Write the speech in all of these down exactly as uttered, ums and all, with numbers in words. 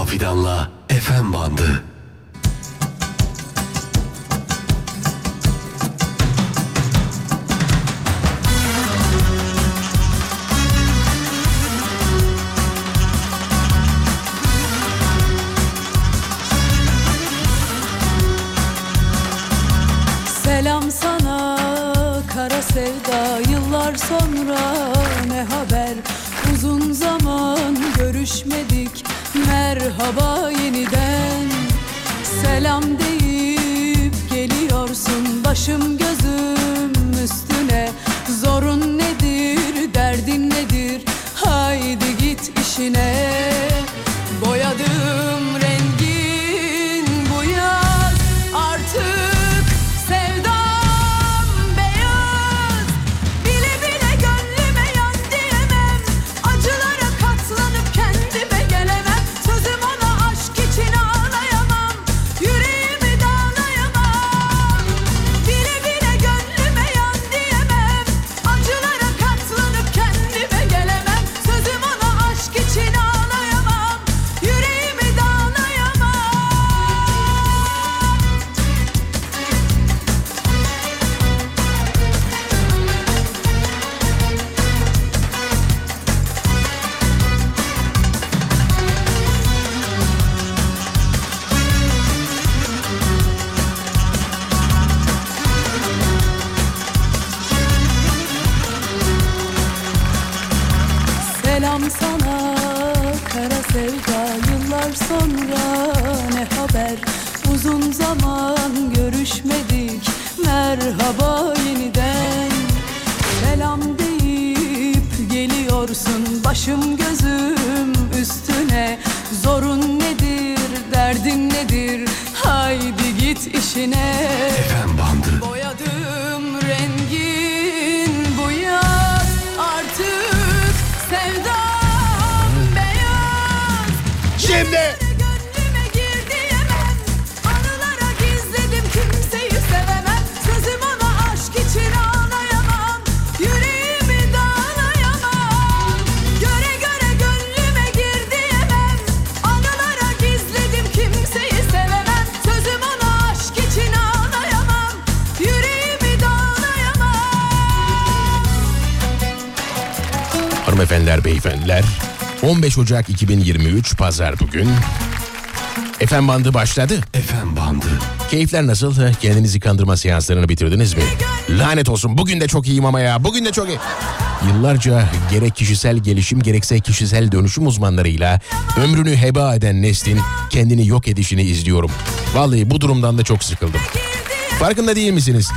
Mustafa Fidan'la F M Bandı. Selam sana kara sevda, yıllar sonra ne haber? Uzun zaman görüşmedik, merhaba yeniden. Selam deyip geliyorsun, başım gözüm üstüne. Zorun nedir, derdin nedir? Haydi git işine. Boyadım rengin bu yaz, artık sonra ne haber? Uzun zaman görüşmedik, merhaba yeniden. Selam deyip geliyorsun, başım gözüm üstüne. Zorun nedir, derdin nedir? Haydi git işine. F M Bandı. Boyadım rengin bu yaz, artık sevdam beyaz. Şimdi Gönlüme gir diyemem, anılara gizledim, kimseyi sevemem. Sözüm ona aşk için ağlayamam, yüreğimi dağlayamam. Göre göre gönlüme gir diyemem, anılara gizledim, kimseyi sevemem. Sözüm ona aşk için ağlayamam, yüreğimi dağlayamam. Hanımefendiler, beyefendiler, on beş Ocak iki bin yirmi üç Pazar bugün. F M Bandı başladı. F M Bandı. Keyifler nasıl? Kendinizi kandırma seanslarını bitirdiniz mi? Lanet olsun, bugün de çok iyiyim ama ya. Bugün de çok iyi. Yıllarca gerek kişisel gelişim gerekse kişisel dönüşüm uzmanlarıyla ömrünü heba eden neslin kendini yok edişini izliyorum. Vallahi bu durumdan da çok sıkıldım. Farkında değil misiniz?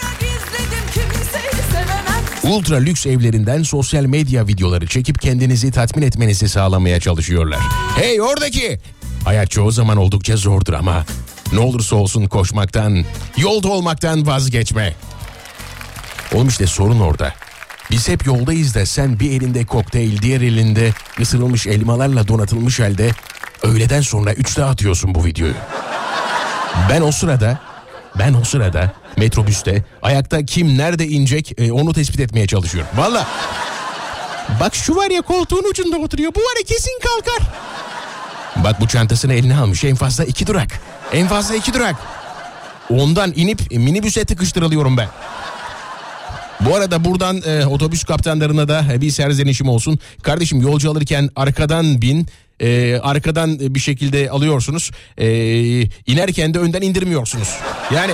Ultra lüks evlerinden sosyal medya videoları çekip kendinizi tatmin etmenizi sağlamaya çalışıyorlar. Hey oradaki! Hayat çoğu zaman oldukça zordur ama ne olursa olsun koşmaktan, yolda olmaktan vazgeçme. Oğlum işte sorun orada. Biz hep yoldayız da sen bir elinde kokteyl, diğer elinde ısırılmış elmalarla donatılmış halde öğleden sonra üçte atıyorsun bu videoyu. Ben o sırada, ben o sırada metrobüste ayakta kim nerede inecek e, onu tespit etmeye çalışıyorum. Valla. Bak şu var ya, koltuğun ucunda oturuyor. Bu var ya, kesin kalkar. Bak bu çantasını eline almış. En fazla iki durak. En fazla iki durak. Ondan inip e, minibüse tıkıştırılıyorum ben. Bu arada buradan e, otobüs kaptanlarına da e, bir serzenişim olsun. Kardeşim, yolcu alırken arkadan bin. E, arkadan bir şekilde alıyorsunuz. E, inerken de önden indirmiyorsunuz. Yani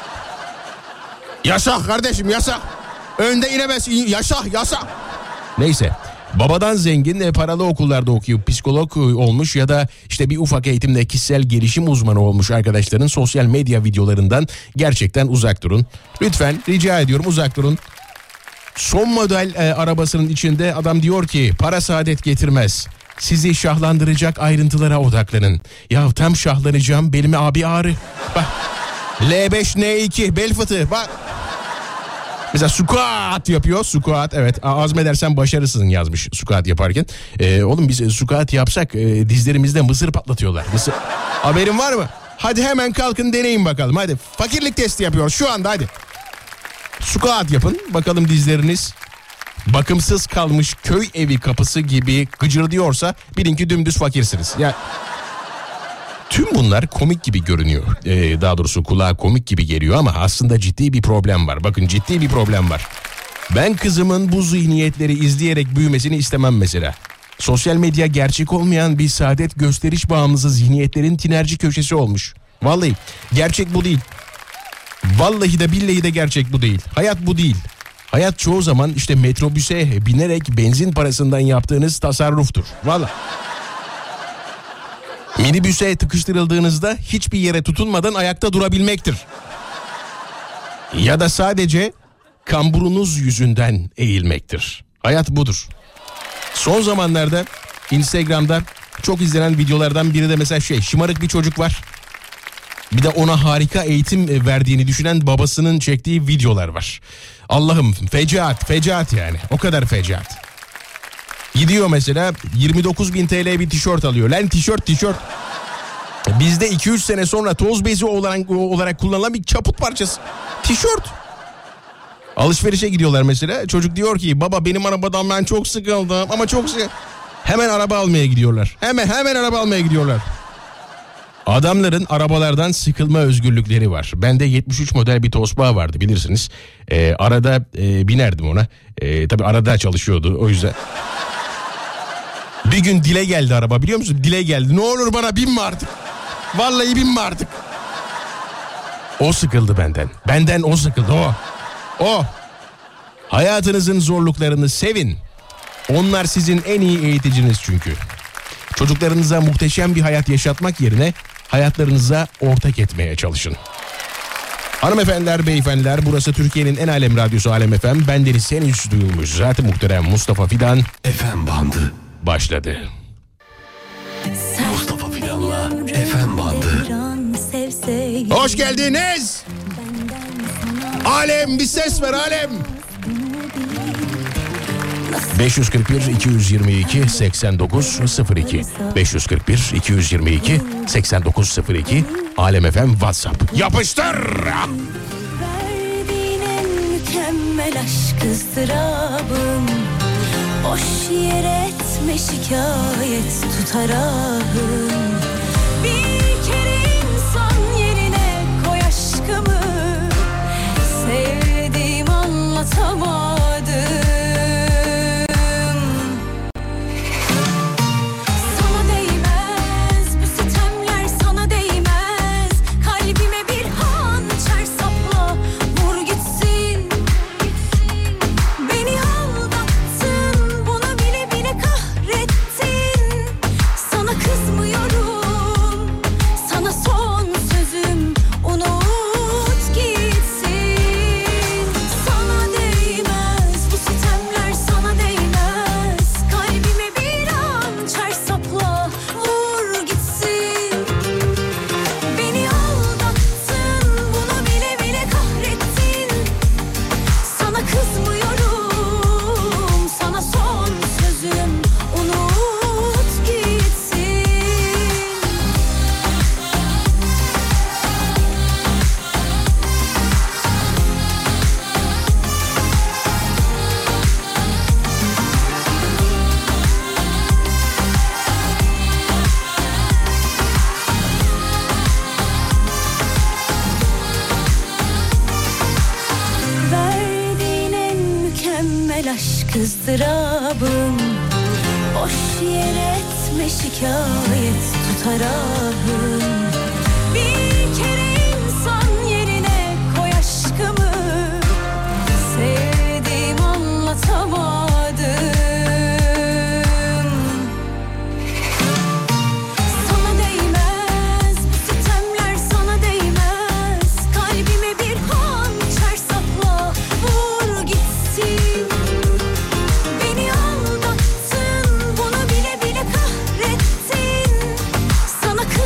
yasak kardeşim, yasak. Önde inemez, yasak yasak. Neyse, babadan zengin, paralı okullarda okuyup psikolog olmuş ya da işte bir ufak eğitimde kişisel gelişim uzmanı olmuş arkadaşların sosyal medya videolarından gerçekten uzak durun. Lütfen rica ediyorum, uzak durun. Son model e, arabasının içinde adam diyor ki para saadet getirmez. Sizi şahlandıracak ayrıntılara odaklanın. Ya tam şahlanacağım, belime abi ağrı. Bak L beş N iki bel fıtığı bak. Mesela squat yapıyor. Squat, evet, azmedersen başarısın yazmış squat yaparken. Ee, oğlum biz squat yapsak e, dizlerimizde mısır patlatıyorlar. Mısır. Haberin var mı? Hadi hemen kalkın deneyin bakalım. Hadi fakirlik testi yapıyoruz şu anda, hadi. Squat yapın bakalım, dizleriniz bakımsız kalmış köy evi kapısı gibi gıcırdıyorsa bilin ki dümdüz fakirsiniz. Ya Tüm bunlar komik gibi görünüyor. Ee, daha doğrusu kulağa komik gibi geliyor ama aslında ciddi bir problem var. Bakın ciddi bir problem var. Ben kızımın bu zihniyetleri izleyerek büyümesini istemem mesela. Sosyal medya gerçek olmayan bir saadet gösteriş bağımlısı zihniyetlerin tinerci köşesi olmuş. Vallahi gerçek bu değil. Vallahi de billahi de gerçek bu değil. Hayat bu değil. Hayat çoğu zaman işte metrobüse binerek benzin parasından yaptığınız tasarruftur. Vallahi. Minibüse tıkıştırıldığınızda hiçbir yere tutunmadan ayakta durabilmektir. Ya da sadece kamburunuz yüzünden eğilmektir. Hayat budur. Son zamanlarda Instagram'da çok izlenen videolardan biri de mesela şey, şımarık bir çocuk var. Bir de ona harika eğitim verdiğini düşünen babasının çektiği videolar var. Allah'ım fecaat, fecaat yani. O kadar fecaat. Gidiyor mesela yirmi dokuz bin T L bir tişört alıyor. Lan tişört tişört. Bizde iki üç sene sonra toz bezi olarak, olarak kullanılan bir çaput parçası. Tişört. Alışverişe gidiyorlar mesela. Çocuk diyor ki baba benim arabadan ben çok sıkıldım ama çok sıkıldım. Hemen araba almaya gidiyorlar. Hemen hemen araba almaya gidiyorlar. Adamların arabalardan sıkılma özgürlükleri var. Bende yetmiş üç model bir Tosbağa vardı bilirsiniz. Ee, arada e, binerdim ona. Ee, tabii arada çalışıyordu o yüzden. Bir gün dile geldi araba, biliyor musun? Dile geldi. Ne olur bana binme artık. Vallahi binme artık. O sıkıldı benden. Benden o sıkıldı o. O. Hayatınızın zorluklarını sevin. Onlar sizin en iyi eğiticiniz çünkü. Çocuklarınıza muhteşem bir hayat yaşatmak yerine hayatlarınıza ortak etmeye çalışın. Hanımefendiler, beyefendiler, burası Türkiye'nin en alem radyosu Alem F M. Bendeniz henüz duyulmuş Zat-ı Muhterem Mustafa Fidan F M bandı başladı. Mustafa Fidan'la F M bandı. Hoş geldiniz. Alem bir ses ver Alem. beş yüz kırk bir iki yüz yirmi iki seksen dokuz sıfır iki beş yüz kırk bir iki yüz yirmi iki seksen dokuz sıfır iki Alem F M WhatsApp. Yapıştır. Verdiğin en mükemmel aşk ızdırabım, boş yere etme şikayet tutar ahım. Bir kere insan yerine koy aşkımı, sevdiğim anlatamadım. Kızdırabım, boş yere etme şikayet tutar ahım. Bir kere insan yerine koy aşkımı, sevdiğim anlatamadım. Sana değmez bu sitemler, sana değmez. Kalbime bir hançer sapla, vur gitsin. Sana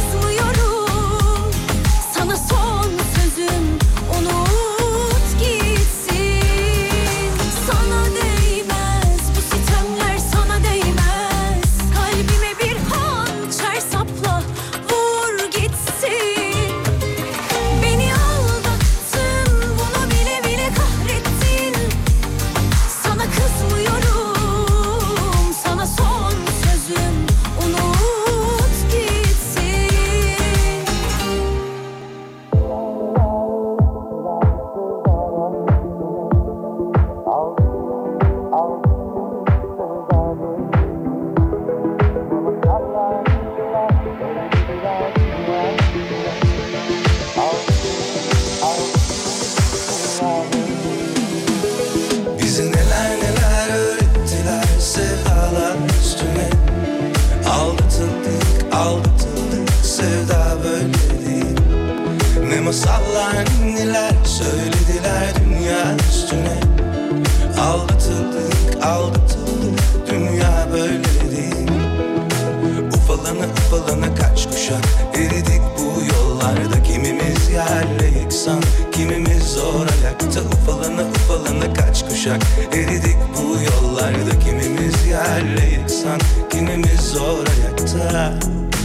aldatıldık, sevda böyle değil. Ne masallar neler söylediler dünya üstüne. Aldatıldık, aldatıldık, dünya böyle değil. Ufalana ufalana kaç kuşak eridik bu yollarda. Kimimiz yerle yeksan, kimimiz zor ayakta. Ufalana ufalana kaç kuşak eridik bu yollarda. Kimimiz yerle yeksan, kimimiz zor ayakta.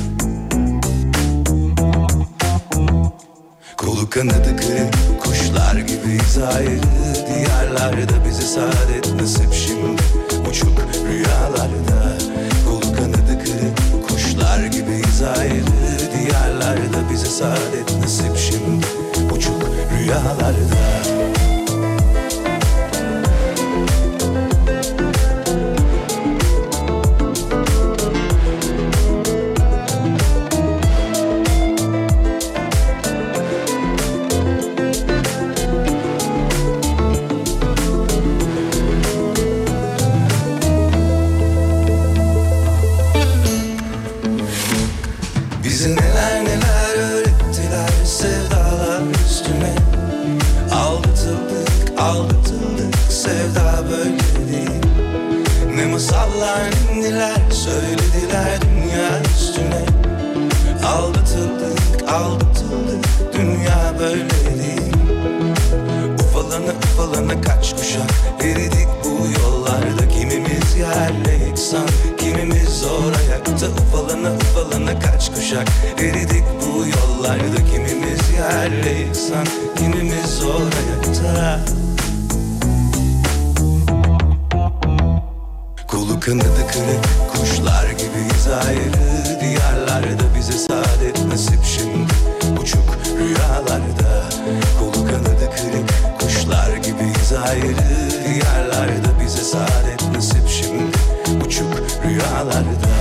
Kolu kanadı kırık kuşlar gibiyiz ayrı. Diyarlarda bize saadet nasip şimdi, uçuk rüyalarda. Kolu kanadı kırık kuşlar gibiyiz ayrı. Diyarlarda bize saadet nasip şimdi, uçuk rüyalarda. Bize neler neler öğrettiler sevdalar üstüne. Aldatıldık, aldatıldık, sevda böyle değil. Ne masallar neler söylediler dünya üstüne. Aldatıldık, aldatıldık, dünya böyle değil. Ufalana ufalana kaç kuşak eridik bu yollarda. Kimimiz yerle yeksan, kimimiz zor ayakta. Ufalana ufalana kaç kuşak eridik bu yollarda. Kimimiz yerle yeksan, kimimiz zor ayakta. Kolu kanadı kırık kuşlar gibiyiz ayrı. Diyarlarda bize saadet nasip şimdi, uçuk rüyalarda. Kolu kanadı kırık kuşlar gibiyiz ayrı. Diyarlarda bize saadet nasip şimdi, uçuk rüyalarda.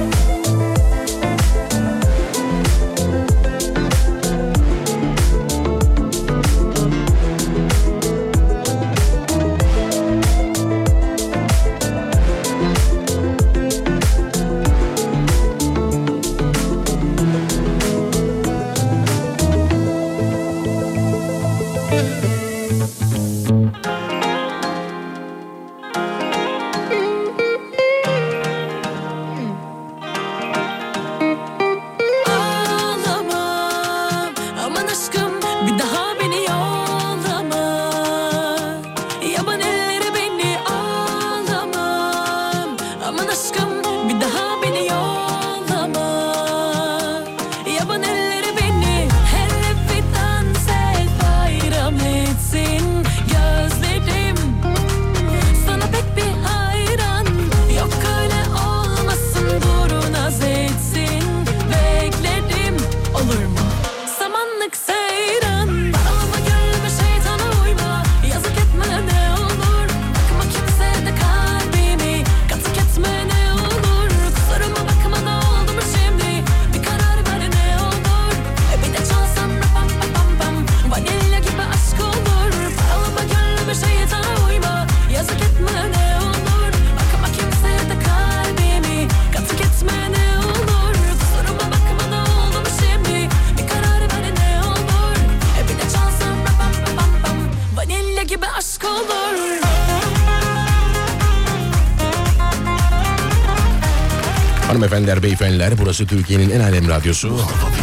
Hanımefendiler, beyefendiler, burası Türkiye'nin en alem radyosu.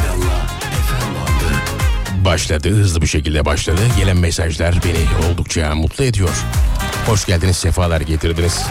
Başladı, hızlı bir şekilde başladı. Gelen mesajlar beni oldukça mutlu ediyor. Hoş geldiniz, sefalar getirdiniz.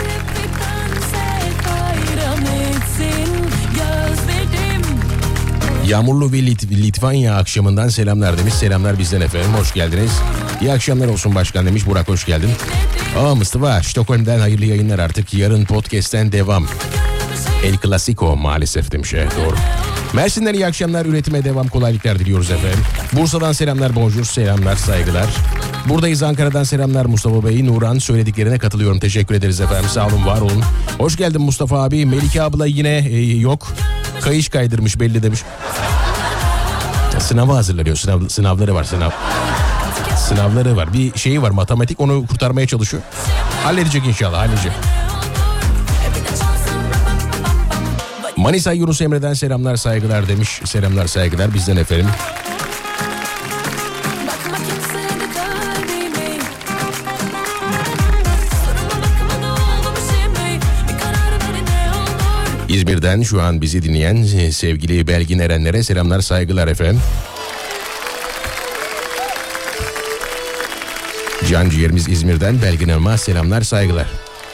Yağmurlu bir Lit- Litvanya akşamından selamlar demiş. Selamlar bizden efendim, hoş geldiniz. İyi akşamlar olsun başkan demiş. Burak hoş geldin. Aa Mustafa, Stockholm'den hayırlı yayınlar artık. Yarın podcast'ten devam. El Clasico maalesef demiş. Evet, doğru. Mersin'den iyi akşamlar, üretime devam, kolaylıklar diliyoruz efendim. Bursa'dan selamlar, bonjour, selamlar, saygılar. Buradayız, Ankara'dan selamlar Mustafa Bey. Nuran, söylediklerine katılıyorum, teşekkür ederiz efendim, sağ olun, var olun. Hoş geldin Mustafa abi. Melike abla yine e, yok. Kayış kaydırmış belli demiş. Sınava hazırlanıyor, sınav, sınavları var sınav. Sınavları var, bir şeyi var, matematik, onu kurtarmaya çalışıyor. Halledecek inşallah, halledecek. Manisa Yunus Emre'den selamlar saygılar demiş. Selamlar saygılar bizden efendim. Bakma kimseye de kalbime. Soruma bakma ne oldu şimdi. Bir karar verin ne olur. İzmir'den şu an bizi dinleyen sevgili Belgin Erenlere selamlar saygılar efendim. Can ciğerimiz İzmir'den Belgin Hanım'a selamlar saygılar.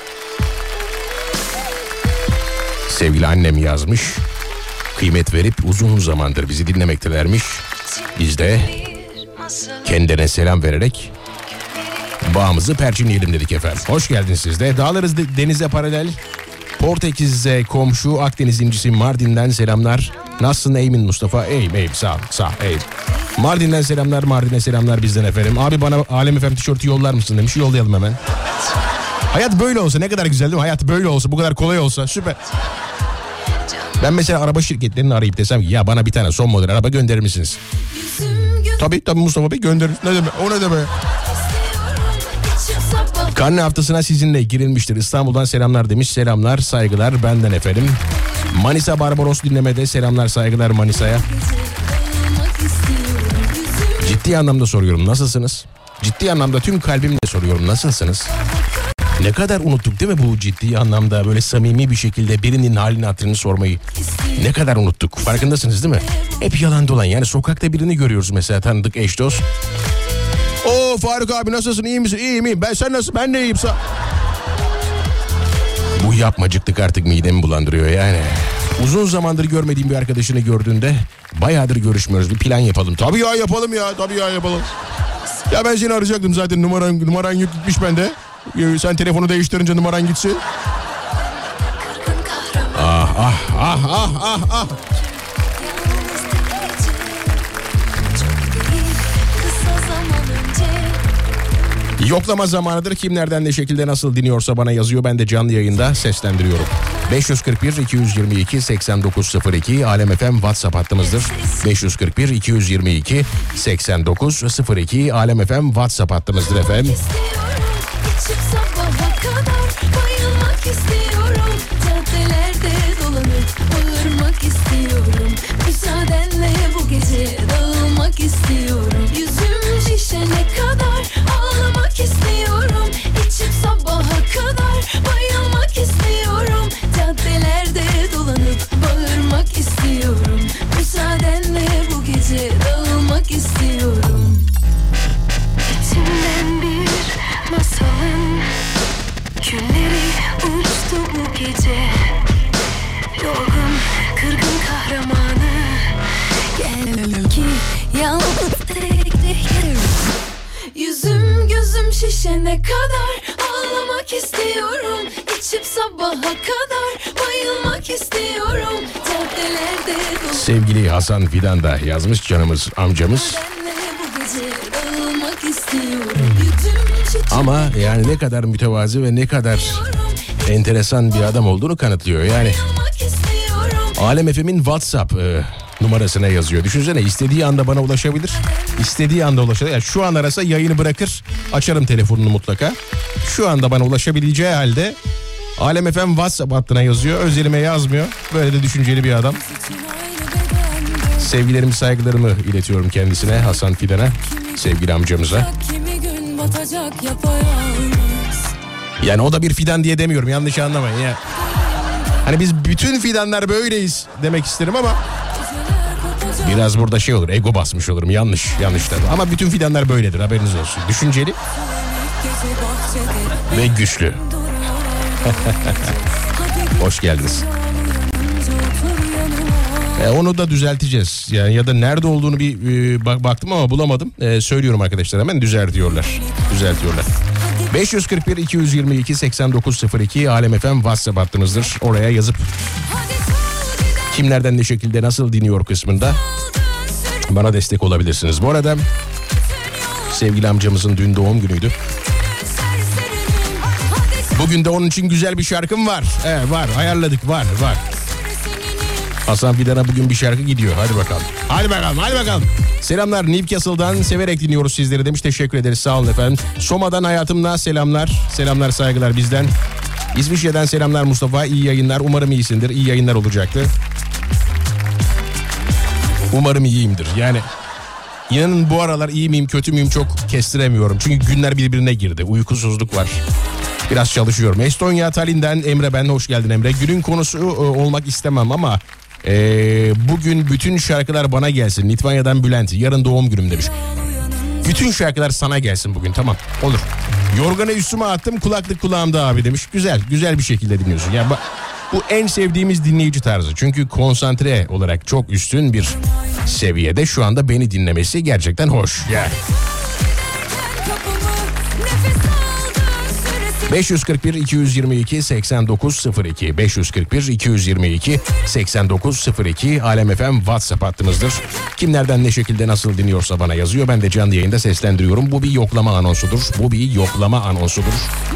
Sevgili annem yazmış. Kıymet verip uzun zamandır bizi dinlemektelermiş. Biz de kendilerine selam vererek bağımızı perçinleyelim dedik efendim. Hoş geldiniz siz de. Dağlarız denize paralel. Portekiz'e komşu Akdeniz incisi Mardin'den selamlar. Nasılsın Eymin Mustafa? Eğim eğim sağ ol sağ ol eğim. Mardin'den selamlar, Mardin'e selamlar bizden efendim. Abi bana Alem Efem tişörtü yollar mısın demiş. Yollayalım hemen. Hayat böyle olsa ne kadar güzel değil mi? Hayat böyle olsa, bu kadar kolay olsa süper. Ben mesela araba şirketlerini arayıp desem ki ya bana bir tane son model araba gönderir misiniz? Tabii tabii Mustafa Bey gönderir. Ne demek? O ne demek? Karne haftasına sizinle girilmiştir. İstanbul'dan selamlar demiş. Selamlar, saygılar benden efendim. Manisa Barbaros dinlemede selamlar, saygılar Manisa'ya. Ciddi anlamda soruyorum nasılsınız? Ciddi anlamda tüm kalbimle soruyorum nasılsınız? Ne kadar unuttuk değil mi bu ciddi anlamda böyle samimi bir şekilde birinin halini hatırını sormayı? Ne kadar unuttuk farkındasınız değil mi? Hep yalan dolan yani sokakta birini görüyoruz mesela tanıdık eş dost. Oo Faruk abi nasılsın iyi misin? İyiyim iyiyim ben sen nasıl ben de iyiyim sağ. Bu yapmacıklık artık midemi bulandırıyor yani. Uzun zamandır görmediğim bir arkadaşını gördüğünde bayağıdır görüşmüyoruz bir plan yapalım. Tabii ya yapalım ya tabii ya yapalım. Ya ben seni arayacaktım zaten numaran, numaran yok gitmiş bende. Sen telefonu değiştirince numaran gitsin. Ah ah ah ah ah ah. Yoklama zamanıdır. Kim nereden ne şekilde nasıl dinliyorsa bana yazıyor. Ben de canlı yayında seslendiriyorum. beş yüz kırk bir iki yüz yirmi iki seksen dokuz sıfır iki Alem F M WhatsApp hattımızdır. beş yüz kırk bir iki yüz yirmi iki seksen dokuz sıfır iki Alem F M WhatsApp hattımızdır efendim. İçip sabaha kadar bayılmak istiyorum. Caddelerde dolanıp bağırmak istiyorum. Müsaadenle bu gece dağılmak istiyorum. Yüzüm şişene kadar ağlamak istiyorum. İçip sabaha kadar bayılmak istiyorum. Caddelerde dolanıp bağırmak istiyorum. Müsaadenle bu gece dağılmak istiyorum. İçimden bir masalın günleri uçtu bu gece. Yorgun, kırgın kahramanı gel ki yalnız tek tek yüzüm gözüm şişene kadar ağlamak istiyorum. İçip sabaha kadar bayılmak istiyorum. Caddelerde dolu. Sevgili Hasan Fidan da yazmış canımız amcamız. Ama yani ne kadar mütevazi ve ne kadar enteresan bir adam olduğunu kanıtlıyor. Yani Alem F M'in WhatsApp e, numarasına yazıyor. Düşünsene istediği anda bana ulaşabilir. İstediği anda ulaşabilir. Yani şu an arasa yayını bırakır. Açarım telefonunu mutlaka. Şu anda bana ulaşabileceği halde Alem F M WhatsApp hattına yazıyor. Özelime yazmıyor. Böyle de düşünceli bir adam. Sevgilerimi saygılarımı iletiyorum kendisine Hasan Fidan'a. Sevgili amcamıza. Yani o da bir fidan diye demiyorum yanlış anlamayın ya. Hani biz bütün fidanlar böyleyiz demek isterim ama biraz burada şey olur ego basmış olurum yanlış yanlış tabii. Ama bütün fidanlar böyledir haberiniz olsun. Düşünceli ve güçlü. Hoş geldiniz. E, onu da düzelteceğiz. Yani ya da nerede olduğunu bir e, bak, baktım ama bulamadım. E, söylüyorum arkadaşlar hemen düzeltiyorlar. Düzeltiyorlar. beş yüz kırk bir iki yüz yirmi iki seksen dokuz sıfır iki Alem F M WhatsApp hattımızdır. Oraya yazıp kimlerden ne şekilde nasıl dinliyor kısmında bana destek olabilirsiniz. Bu arada sevgili amcamızın dün doğum günüydü. Bugün de onun için güzel bir şarkım var. Evet var ayarladık var var. Hasan Fidan'a bugün bir şarkı gidiyor. Hadi bakalım. Hadi bakalım hadi bakalım. Selamlar Newcastle'dan severek dinliyoruz sizleri demiş. Teşekkür ederiz sağ olun efendim. Soma'dan hayatımla selamlar. Selamlar saygılar bizden. İsviçre'den selamlar Mustafa. İyi yayınlar. Umarım iyisindir. İyi yayınlar olacaktı. Umarım iyiyimdir. Yani inanın bu aralar iyi miyim kötü müyüm çok kestiremiyorum. Çünkü günler birbirine girdi. Uykusuzluk var. Biraz çalışıyorum. Estonya Tallinn'den Emre ben. Hoş geldin Emre. Günün konusu e, olmak istemem ama e, bugün bütün şarkılar bana gelsin. Litvanya'dan Bülent. Yarın doğum günüm demiş. Bütün şarkılar sana gelsin bugün, tamam olur. Yorganı üstüme attım, kulaklık kulağımda abi demiş. Güzel güzel bir şekilde dinliyorsun. Yani bu en sevdiğimiz dinleyici tarzı. Çünkü konsantre olarak çok üstün bir seviyede şu anda beni dinlemesi gerçekten hoş. Yani. beş kırk bir iki yüz yirmi iki seksen dokuz sıfır iki beş kırk bir iki yüz yirmi iki seksen dokuz sıfır iki Alem F M WhatsApp hattımızdır. Kimlerden ne şekilde nasıl dinliyorsa bana yazıyor. Ben de canlı yayında seslendiriyorum. Bu bir yoklama anonsudur. Bu bir yoklama anonsudur.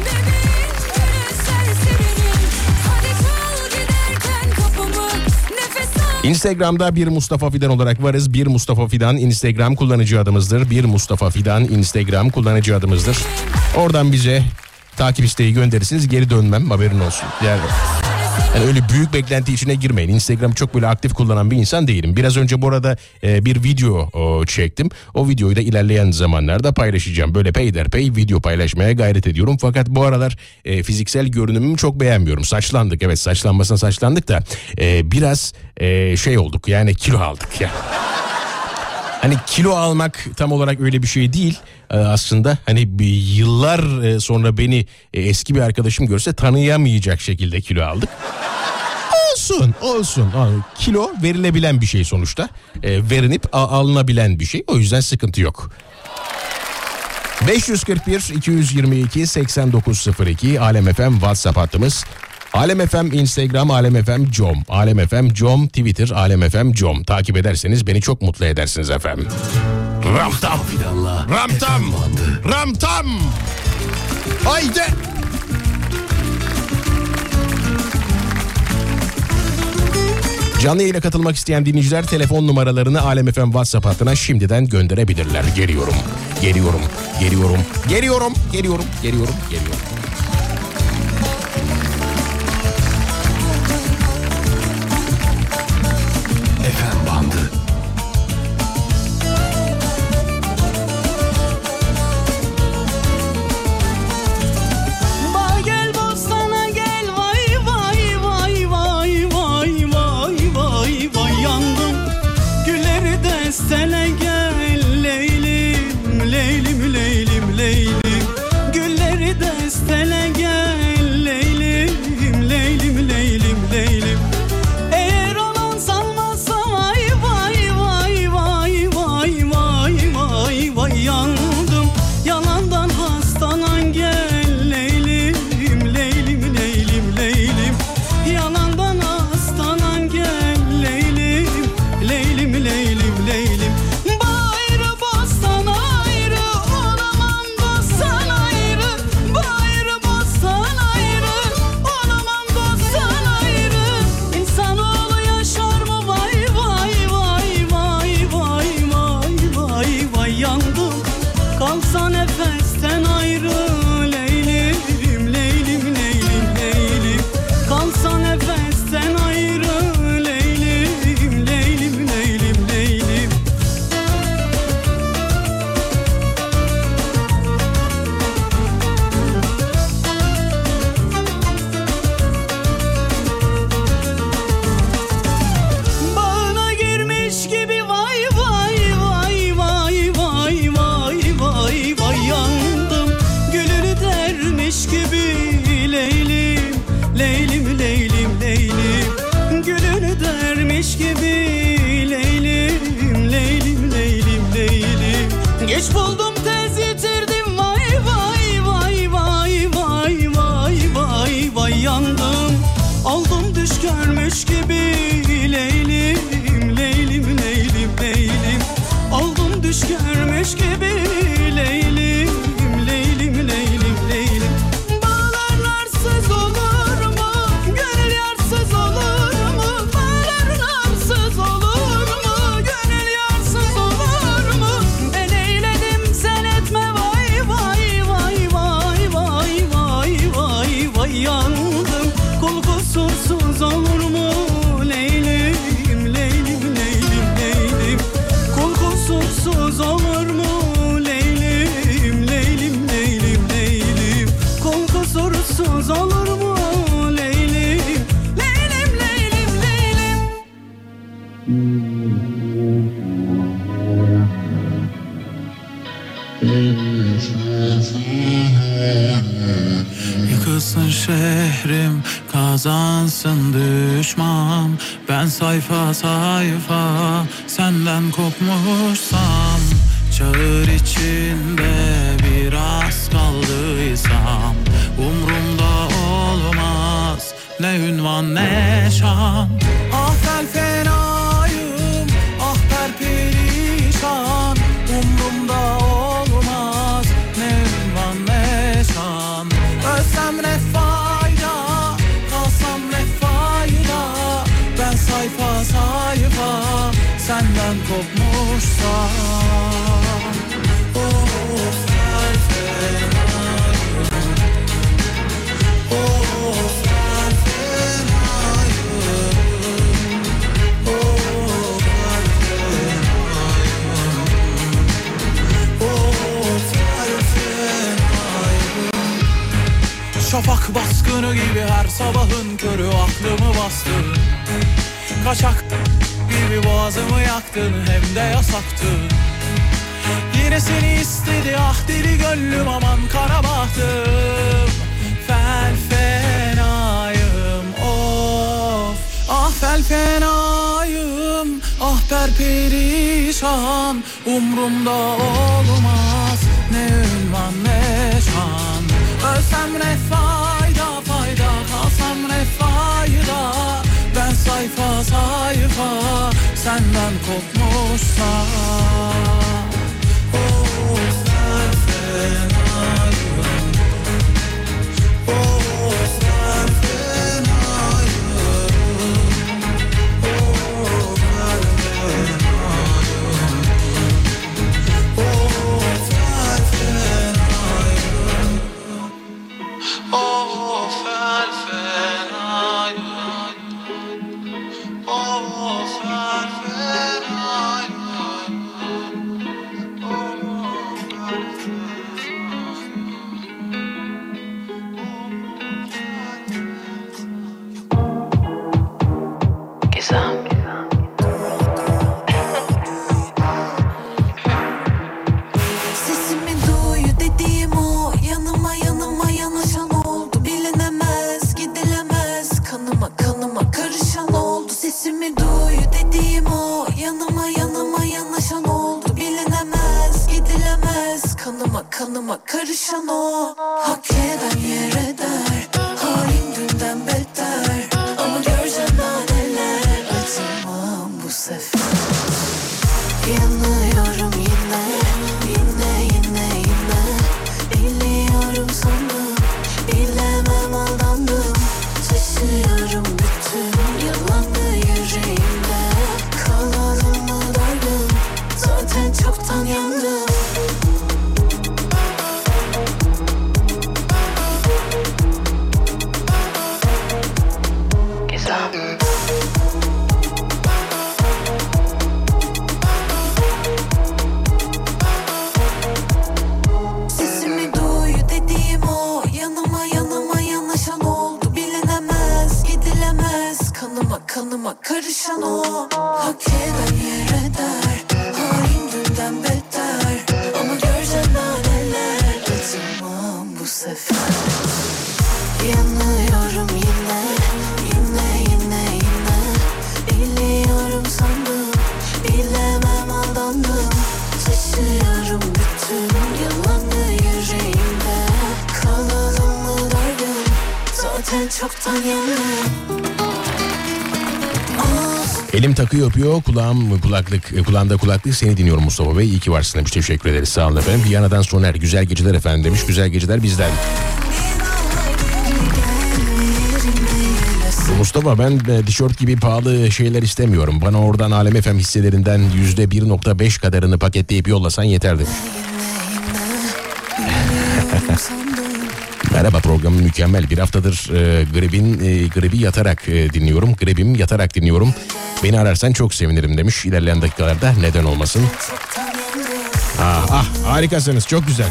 Instagram'da bir Mustafa Fidan olarak varız. Bir Mustafa Fidan Instagram kullanıcı adımızdır. Bir Mustafa Fidan Instagram kullanıcı adımızdır. Oradan bize takip isteği gönderirsiniz, geri dönmem, haberin olsun. Yani, yani öyle büyük beklenti içine girmeyin. Instagram'ı çok böyle aktif kullanan bir insan değilim. Biraz önce bu arada e, bir video o, çektim. O videoyu da ilerleyen zamanlarda paylaşacağım. Böyle peyderpey video paylaşmaya gayret ediyorum. Fakat bu aralar e, fiziksel görünümümü çok beğenmiyorum. Saçlandık, evet saçlanmasına saçlandık da e, biraz e, şey olduk, yani kilo aldık yani. Hani kilo almak tam olarak öyle bir şey değil aslında. Hani bir yıllar sonra beni eski bir arkadaşım görse tanıyamayacak şekilde kilo aldık. Olsun, olsun. Kilo verilebilen bir şey sonuçta. Verinip alınabilen bir şey. O yüzden sıkıntı yok. beş kırk bir iki yüz yirmi iki seksen dokuz sıfır iki Alem F M WhatsApp hattımız. Alem F M Instagram, Alem F M com, Alem F M com, Twitter, Alem F M com. Takip ederseniz beni çok mutlu edersiniz efendim. Ramtam, ramtam, ramtam. Haydi. Canlı yayına katılmak isteyen dinleyiciler telefon numaralarını Alem F M WhatsApp hattına şimdiden gönderebilirler. Geliyorum, geliyorum, geliyorum, geliyorum, geliyorum, geliyorum, geliyorum. Sene gel Leylim, Leylim, Leylim, Leylim. Gülleri destele şehrim kazansın düşman. Ben sayfa sayfa senden kopmuşsam, çağır içinde biraz kaldıysam, umrumda olmaz ne ünvan ne şan. Ah fel fenayım, ah perperişan, umrumda olmaz ne ünvan ne şan. Ölsem ne fayda, kalsam ne fayda, ben sayfa sayfa senden kopmuşsam. Oh fel fenayım, oh fel fenayım, oh fel fenayım, oh fel fenayım. Şafak baskını gibi her sabahın körü aklımı bastı. Kaçak gibi boğazımı yaktın, hem de yasaktı. Yine seni istedi ah deli gönlüm, aman kara bahtım. Fel fenayım of, ah fel fenayım, ah perperişan, umrumda olmaz ne ünvan ne şan. Ölsem ne fayda fayda, kalsam ne fayda, ben sayfa sayfa senden kopmuşsam. Oh fel fenayım, oh fel fenayım, oh fel fenayım, oh fel fenayım, oh fel fenayım, oh fel fenayım. Sesimi duy dediğim o, yanıma yanıma yanaşan oldu. Bilinemez gidilemez, kanıma kanıma karışan oldu. Sesimi duy dediğim o, yanıma yanıma yanaşan oldu. Bilinemez gidilemez, kanıma kanıma karışan o. Hak eden yer eder, hain dünden beter. Ama göreceğim daha neler, acımam bu sefer. Yanıyorum yine, yine yine yine. Biliyorum sandım, bilemem aldandım. Taşıyorum bütün yalanı yüreğimde. Kalalım mı dargın, zaten çoktan yandım. Sesimi duy dediğim o, yanıma yanıma yanaşan oldu. Bilinemez gidilemez, kanıma kanıma karışan o. Hak eden yer eder, hain dünden beter. Ama göreceğim daha neler, acımam bu sefer. Yanıyorum yine, yine yine yine. Biliyorum sandım, bilemem aldandım. Taşıyorum bütün yalanı yüreğimde. Kalalım mı dargın, zaten çoktan yandım. Elim takı yapıyor, kulağım kulaklık, kulağımda kulaklık, seni dinliyorum Mustafa Bey. İyi ki varsın demiş, teşekkür ederiz, sağ olun efendim. Viyana'dan Soner, güzel geceler efendim demiş, güzel geceler bizden. Mustafa, ben e, tişört gibi pahalı şeyler istemiyorum. Bana oradan Alem F M hisselerinden yüzde bir nokta beş kadarını paketleyip yollasan yeter demiş. Merhaba, programı mükemmel. Bir haftadır e, gribin e, gribi yatarak e, dinliyorum. Gribim yatarak dinliyorum. Beni ararsan çok sevinirim demiş. İlerleyen dakikalarda neden olmasın. Ah ah, harikasınız, çok güzel.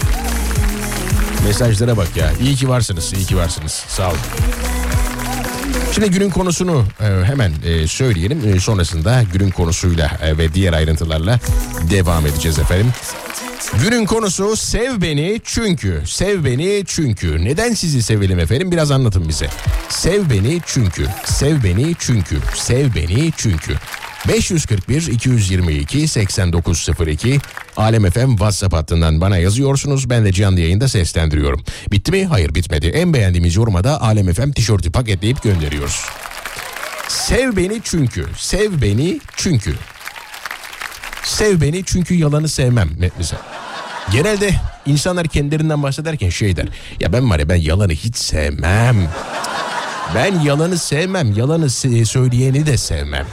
Mesajlara bak ya. İyi ki varsınız, iyi ki varsınız. Sağ olun. Şimdi günün konusunu e, hemen e, söyleyelim. E, sonrasında günün konusuyla e, ve diğer ayrıntılarla devam edeceğiz efendim. Günün konusu sev beni çünkü. Sev beni çünkü. Neden sizi sevelim efendim? Biraz anlatın bize. Sev beni çünkü. Sev beni çünkü. Sev beni çünkü. beş yüz kırk bir iki yüz yirmi iki seksen dokuz sıfır iki Alem F M WhatsApp hattından bana yazıyorsunuz. Ben de canlı yayında seslendiriyorum. Bitti mi? Hayır, bitmedi. En beğendiğimiz yoruma da Alem F M tişörtü paketleyip gönderiyoruz. Sev beni çünkü. Sev beni çünkü. Sev beni çünkü yalanı sevmem mesela. Genelde insanlar kendilerinden bahsederken şey der. Ya ben var ya ben yalanı hiç sevmem. Ben yalanı sevmem. Yalanı söyleyeni de sevmem.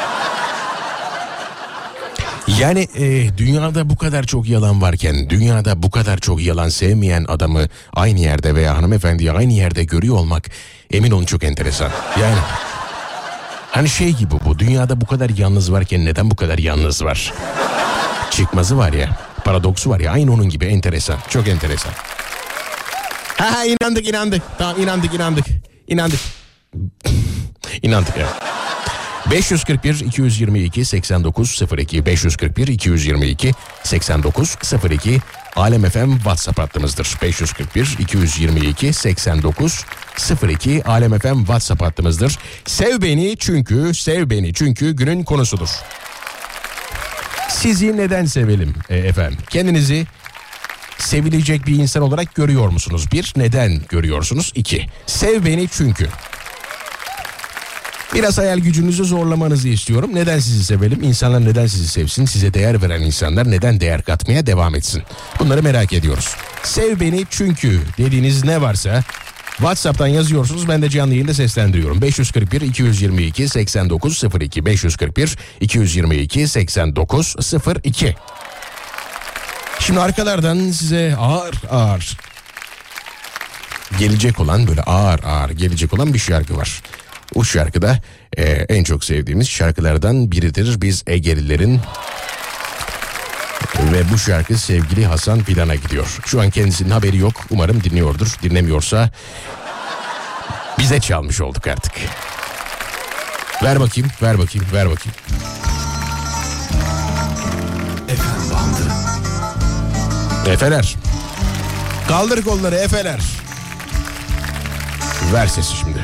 Yani e, dünyada bu kadar çok yalan varken, dünyada bu kadar çok yalan sevmeyen adamı aynı yerde veya hanımefendiyi aynı yerde görüyor olmak, emin olun çok enteresan. Yani hani şey gibi bu, dünyada bu kadar yalnız varken neden bu kadar yalnız var? Çıkmazı var ya, paradoksu var ya, aynı onun gibi enteresan, çok enteresan. Ha ha inandık inandık, tamam inandık inandık, inandık. İnandık ya. beş yüz kırk bir iki yüz yirmi iki seksen dokuz sıfır iki beş yüz kırk bir iki yüz yirmi iki seksen dokuz sıfır iki Alem F M WhatsApp hattımızdır. beş yüz kırk bir iki yüz yirmi iki seksen dokuz sıfır iki Alem F M WhatsApp hattımızdır. Sev beni çünkü, sev beni çünkü günün konusudur. Sizi neden sevelim e, efendim? Kendinizi sevilecek bir insan olarak görüyor musunuz? Bir, neden görüyorsunuz? İki, sev beni çünkü. Biraz hayal gücünüzü zorlamanızı istiyorum. Neden sizi sevelim? İnsanlar neden sizi sevsin? Size değer veren insanlar neden değer katmaya devam etsin? Bunları merak ediyoruz. Sev beni çünkü dediğiniz ne varsa WhatsApp'tan yazıyorsunuz. Ben de canlı yayında seslendiriyorum. beş yüz kırk bir iki yüz yirmi iki seksen dokuz sıfır iki beş yüz kırk bir iki yüz yirmi iki seksen dokuz sıfır iki. Şimdi arkalardan size ağır ağır gelecek olan, böyle ağır ağır gelecek olan bir şarkı var. O şarkıda e, en çok sevdiğimiz şarkılardan biridir biz Egelilerin. Ve bu şarkı sevgili Hasan Fidan'a gidiyor. Şu an kendisinin haberi yok. Umarım dinliyordur. Dinlemiyorsa bize çalmış olduk artık. Ver bakayım, ver bakayım, ver bakayım. Efendim bandı. Efeler. Kaldır kolları efeler. Ver sesi şimdi.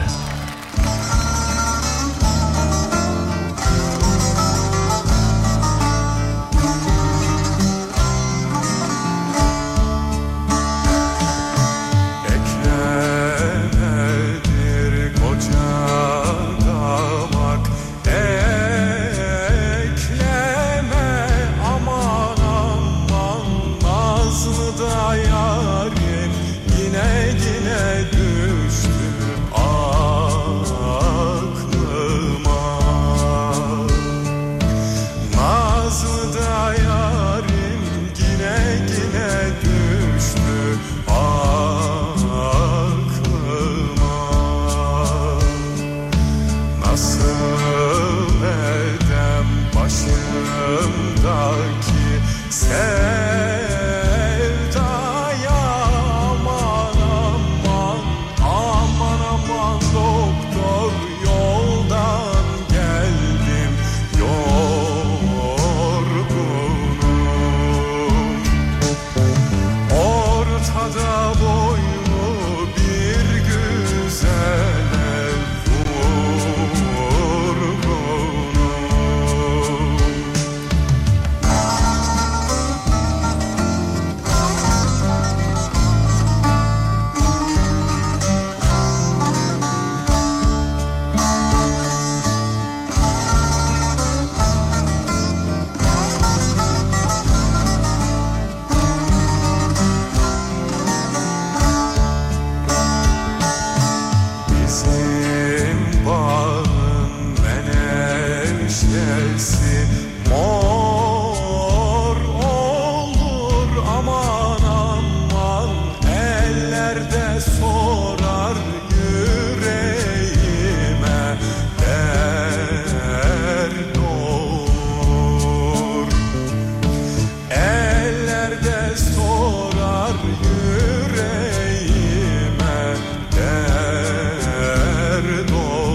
Yüreğime dert olur.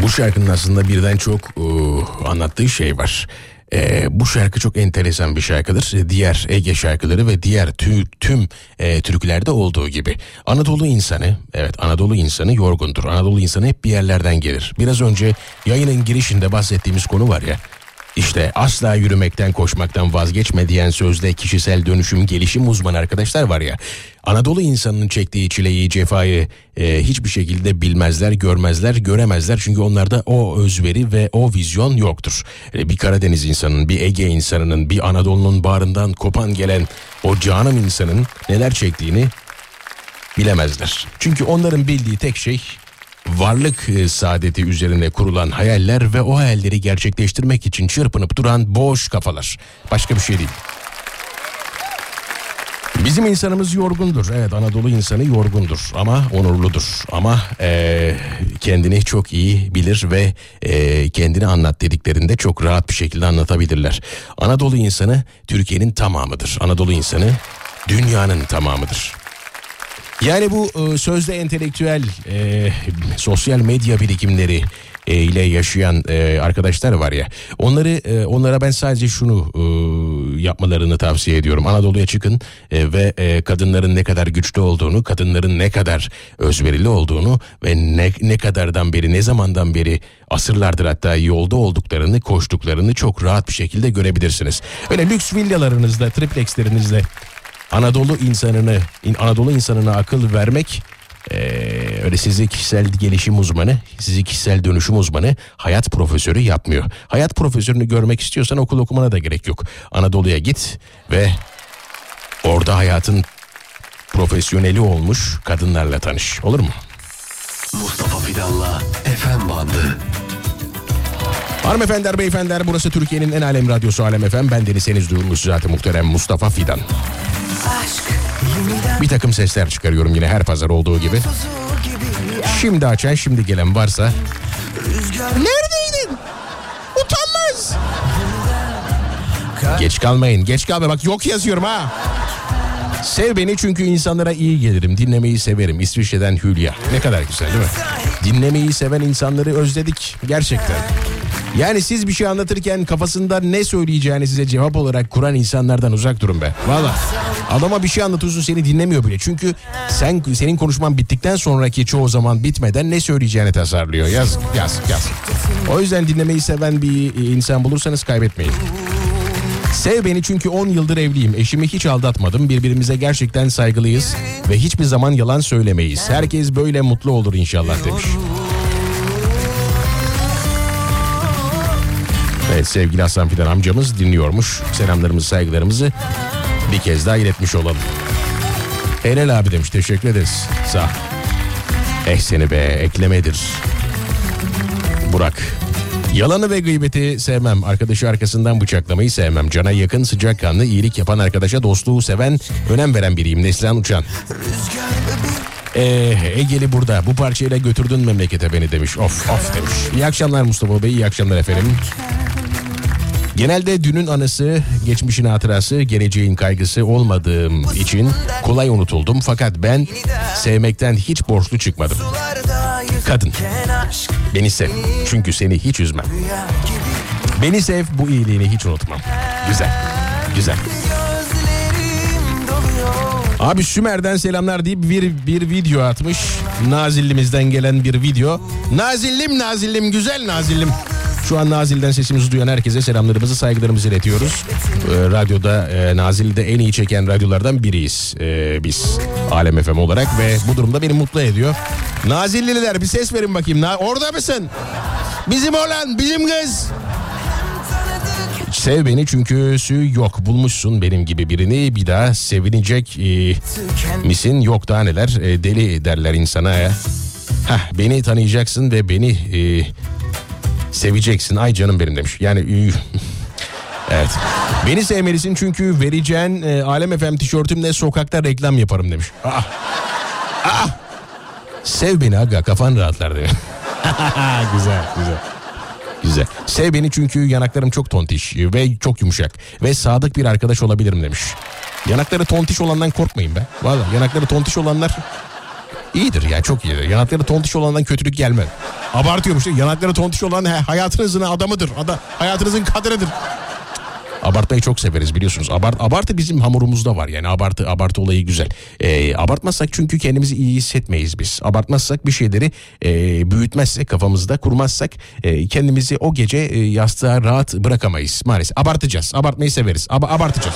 Bu şarkının aslında birden çok uh, anlattığı şey var. Ee, bu şarkı çok enteresan bir şarkıdır. Diğer Ege şarkıları ve diğer tü, tüm e, türkülerde olduğu gibi. Anadolu insanı, evet Anadolu insanı yorgundur. Anadolu insanı hep bir yerlerden gelir. Biraz önce yayının girişinde bahsettiğimiz konu var ya. İşte asla yürümekten, koşmaktan vazgeçme diyen sözde kişisel dönüşüm, gelişim uzmanı arkadaşlar var ya. Anadolu insanının çektiği çileyi, cefayı e, hiçbir şekilde bilmezler, görmezler, göremezler. Çünkü onlarda o özveri ve o vizyon yoktur. E, bir Karadeniz insanının, bir Ege insanının, bir Anadolu'nun bağrından kopan gelen o canım insanın neler çektiğini bilemezler. Çünkü onların bildiği tek şey varlık saadeti üzerine kurulan hayaller ve o hayalleri gerçekleştirmek için çırpınıp duran boş kafalar. Başka bir şey değil. Bizim insanımız yorgundur. Evet, Anadolu insanı yorgundur ama onurludur. Ama e, kendini çok iyi bilir ve e, kendini anlat dediklerinde çok rahat bir şekilde anlatabilirler. Anadolu insanı Türkiye'nin tamamıdır. Anadolu insanı dünyanın tamamıdır. Yani bu e, sözde entelektüel e, sosyal medya birikimleri e, ile yaşayan e, arkadaşlar var ya, onları e, onlara ben sadece şunu e, yapmalarını tavsiye ediyorum. Anadolu'ya çıkın e, ve e, kadınların ne kadar güçlü olduğunu, kadınların ne kadar özverili olduğunu ve ne, ne kadardan beri, ne zamandan beri, asırlardır hatta yolda olduklarını, koştuklarını çok rahat bir şekilde görebilirsiniz. Öyle lüks villalarınızda, triplexlerinizle Anadolu insanını, Anadolu insanına akıl vermek, ee, öyle sizi kişisel gelişim uzmanı, sizi kişisel dönüşüm uzmanı, hayat profesörü yapmıyor. Hayat profesörünü görmek istiyorsan okul okumana da gerek yok. Anadolu'ya git ve orada hayatın profesyoneli olmuş kadınlarla tanış. Olur mu? Mustafa Fidan'la F M bandı. Hanımefendiler, beyefendiler, burası Türkiye'nin en alem radyosu Alem F M. Ben Deniz Seniz duyulmuş zaten muhterem Mustafa Fidan. Bir takım sesler çıkarıyorum yine her pazar olduğu gibi. Şimdi açan, şimdi gelen varsa... Neredeydin? Utanmaz. Geç kalmayın, geç kalma. Bak yok yazıyorum ha. Sev beni çünkü insanlara iyi gelirim. Dinlemeyi severim. İsviçre'den Hülya. Ne kadar güzel değil mi? Dinlemeyi seven insanları özledik gerçekten. Yani siz bir şey anlatırken kafasında ne söyleyeceğini size cevap olarak kuran insanlardan uzak durun be. Valla. Adama bir şey anlatıyorsun, seni dinlemiyor bile. Çünkü sen senin konuşman bittikten sonraki çoğu zaman bitmeden ne söyleyeceğini tasarlıyor. Yaz, yaz, yaz. O yüzden dinlemeyi seven bir insan bulursanız kaybetmeyin. Sev beni çünkü on yıldır evliyim. Eşimi hiç aldatmadım. Birbirimize gerçekten saygılıyız ve hiçbir zaman yalan söylemeyiz. Herkes böyle mutlu olur inşallah demiş. Evet, sevgili Hasan Fidan amcamız dinliyormuş. Selamlarımızı, saygılarımızı bir kez daha iletmiş olalım. Helal abi demiş, teşekkür ederiz. Sağ ol. Eh seni be, eklemedir. Burak. Yalanı ve gıybeti sevmem. Arkadaşı arkasından bıçaklamayı sevmem. Cana yakın, sıcakkanlı, iyilik yapan arkadaşa dostluğu seven, önem veren biriyim. Neslihan Uçan. Ee, Egeli burada. Bu parçayla götürdün memlekete beni demiş. Of of demiş. İyi akşamlar Mustafa Bey, iyi akşamlar efendim. Genelde dünün anısı, geçmişin hatırası, geleceğin kaygısı olmadığım için kolay unutuldum. Fakat ben sevmekten hiç borçlu çıkmadım. Kadın, beni sev. Çünkü seni hiç üzmem. Beni sev, bu iyiliğini hiç unutmam. Güzel, güzel. Abi Sümer'den selamlar deyip bir, bir video atmış. Nazillimizden gelen bir video. Nazillim, Nazillim, güzel Nazillim. Şu an Nazilli'den sesimizi duyan herkese selamlarımızı, saygılarımızı iletiyoruz. Ee, radyoda, e, Nazilli'de en iyi çeken radyolardan biriyiz e, biz. Alem F M olarak ve bu durumda beni mutlu ediyor. Nazilliler bir ses verin bakayım. Na- Orada mısın? Bizim oğlan, bizim kız. Sev beni çünkü sü yok. Bulmuşsun benim gibi birini, bir daha sevinecek e, misin? Yok daha neler, e, deli derler insana ya. Heh, beni tanıyacaksın ve beni e, seveceksin. Ay canım benim demiş. Yani evet. Beni sevmelisin çünkü vereceğin e, Alem F M tişörtümle sokakta reklam yaparım demiş. Aa. Aa. Sev beni aga, kafan rahatlar demiş. Güzel, güzel. Güzel. Sev beni çünkü yanaklarım çok tontiş ve çok yumuşak ve sadık bir arkadaş olabilirim demiş. Yanakları tontiş olandan korkmayın be. Vallahi yanakları tontiş olanlar İyidir ya, çok iyidir. Yanakları tontiş olandan kötülük gelmez. Abartıyormuş değil mi? Yanakları tontiş olan he, hayatınızın adamıdır. Ada, hayatınızın kaderidir. Abartmayı çok severiz biliyorsunuz. Abart, abartı bizim hamurumuzda var. Yani abartı abartı olayı güzel. Ee, abartmazsak çünkü kendimizi iyi hissetmeyiz biz. Abartmazsak bir şeyleri e, büyütmezsek, kafamızda kurmazsak e, kendimizi o gece e, yastığa rahat bırakamayız maalesef. Abartacağız. Abartmayı severiz. Ab- abartacağız.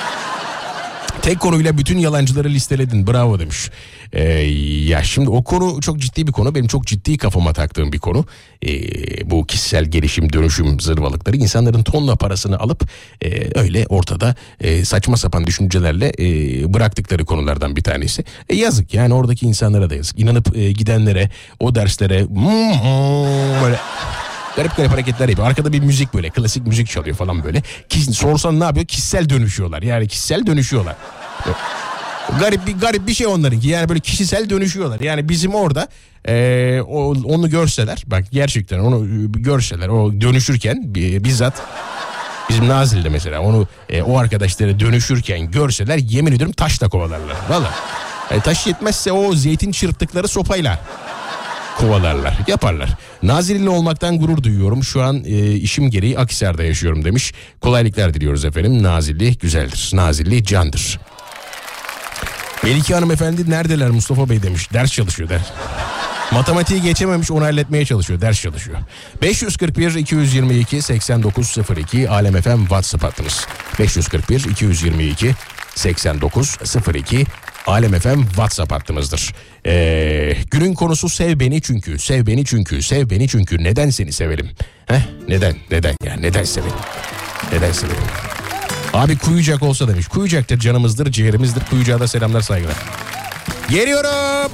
Tek konuyla bütün yalancıları listeledin. Bravo demiş. Ee, ya şimdi o konu çok ciddi bir konu. Benim çok ciddi kafama taktığım bir konu. Ee, bu kişisel gelişim, dönüşüm zırvalıkları. İnsanların tonla parasını alıp e, öyle ortada e, saçma sapan düşüncelerle e, bıraktıkları konulardan bir tanesi. E, yazık yani, oradaki insanlara da yazık. İnanıp e, gidenlere, o derslere böyle garip garip hareketler yapıyor. Arkada bir müzik, böyle klasik müzik çalıyor falan böyle. Kis, sorsan ne yapıyor? Kişisel dönüşüyorlar. Yani kişisel dönüşüyorlar. Garip bir garip bir şey onlarınki. Yani böyle kişisel dönüşüyorlar. Yani bizim orada e, o, onu görseler, bak gerçekten onu görseler, o dönüşürken bizzat bizim Nazilli'de mesela onu e, o arkadaşları dönüşürken görseler, yemin ediyorum taşla kovalarlar. Valla. Yani taş yetmezse o zeytin çırptıkları sopayla kovalarlar, yaparlar. Nazilli olmaktan gurur duyuyorum. Şu an e, işim gereği Akhisar'da yaşıyorum demiş. Kolaylıklar diliyoruz efendim. Nazilli güzeldir. Nazilli candır. Melike hanımefendi neredeler Mustafa Bey demiş. Ders çalışıyor ders. Matematiği geçememiş, onu halletmeye çalışıyor. Ders çalışıyor. beş yüz kırk bir iki yüz yirmi iki seksen dokuz sıfır iki Alem F M WhatsApp hattımız. beş yüz kırk bir iki yüz yirmi iki seksen dokuz sıfır iki Alem F M WhatsApp hattımızdır. Ee, günün konusu sev beni çünkü, sev beni çünkü, sev beni çünkü. Neden seni sevelim? Heh, neden, neden ya, neden sevelim? Neden sevelim? Abi Kuyucak olsa demiş. Kuyucak'tır, canımızdır, ciğerimizdir. Kuyucak'a da selamlar, saygılar. Geliyorum.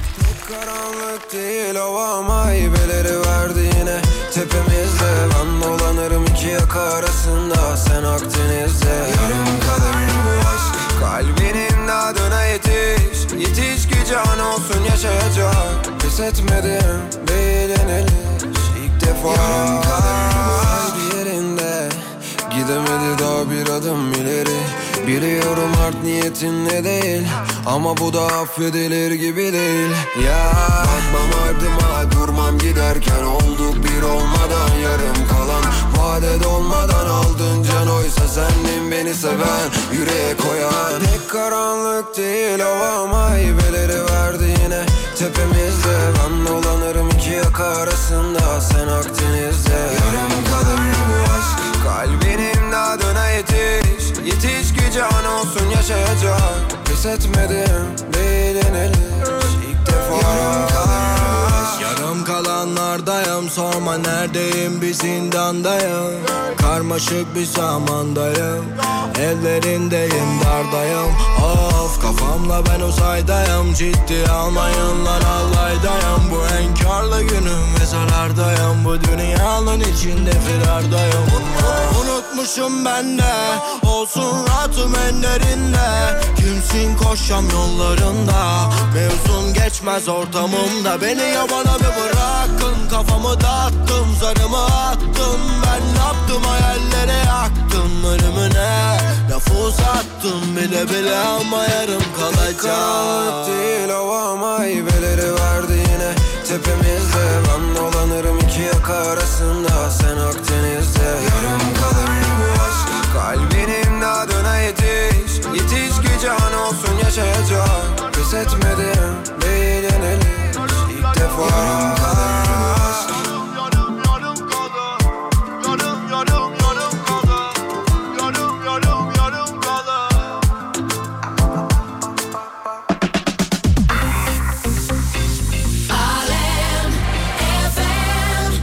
Karanlık değil hava, meyveleri verdi yine tepemizde. Ben dolanırım iki yaka arasında, sen Akdeniz'de. Yarım kaderim bu aşk, kalbinin adına yetiş. Yetiş ki can olsun yaşayacak. Pes etmedim, beğenilir ilk defa. Yarım kaderim bu aşk bir yerinde, gidemedi daha bir adım ileri. Biliyorum art niyetin ne değil, ama bu da affedilir gibi değil. Ya bakmam ardıma, durmam giderken, olduk bir olmadan yarım kalan. Vade dolmadan aldın can, oysa sendin beni seven, yüreğe koyan. Pek karanlık değil hava, meyveleri verdi yine tepemizde. Ben dolanırım iki yaka arasında, sen Akdeniz'de. Yarım kaderim bu aşk, kalbinin adına yetiş. Yetiş ki can olsun yaşayacak. Pes etmedim, beğenilir ilk defa. Yarım kalan, yarım kalanlardayım, sorma neredeyim, bir zindandayım. Karmaşık bir zamandayım, ellerindeyim, dardayım. Of kafamla ben uzaydayım, ciddi almayın lan allaydayım. Bu enkarlı günüm ve zarardayım, bu dünyanın içinde firardayım. Unutmuşum ben de, olsun rahatım ellerinde. Kimsin koşam yollarında, mevzun geçmez ortamımda. Beni yabana bir bırakın, kafamı dağıttım, zarımı attım. Ben ne yaptım, hayallere yaktım ölümüne. Lafı uzattım bile bile ama yarım kalacak. Karanlık değil hava, meyveleri verdi yine tepemizde. Ben dolanırım iki yaka arasında, sen Akdeniz'de. Yarım kaderim bu aşk, kalbinin adına yetiş. Yetiş ki can olsun yaşayacak. Pes etmedim, beğenilir ilk defa. Yarım kaderim bu aşk. Yarım yarım kadar, yarım yarım yarım kadar, yarım yarım yarım kadar. Alem F M.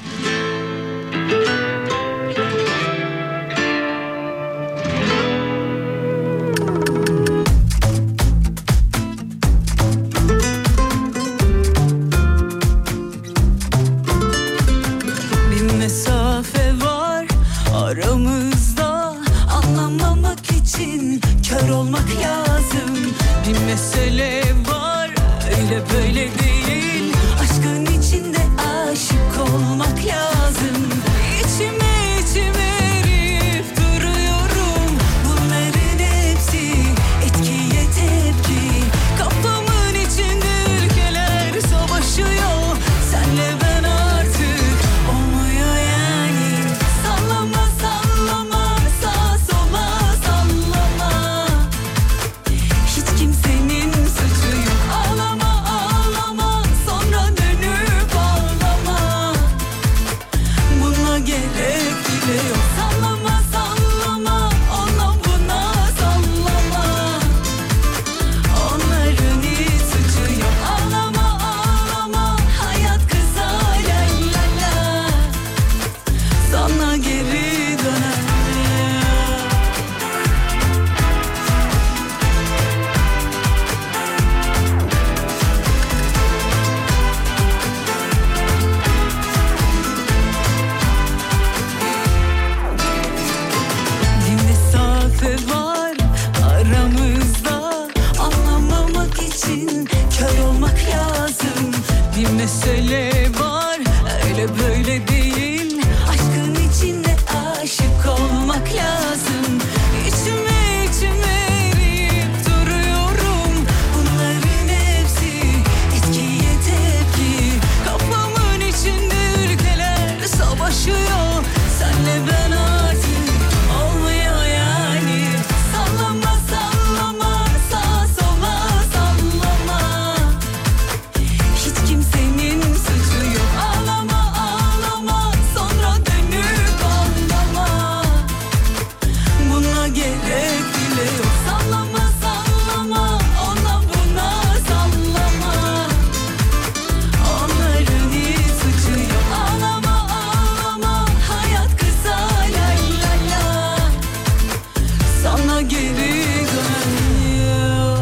Bir mesafe var aramızda, anlamamak için kör olmak lazım. Bir mesele var, öyle böyle değil, aşkın içinde aşık olmak lazım. İçime içime eriyip duruyorum, bunların hepsi etkiye tepki. Kafamın içinde ülke sana geri dön ya.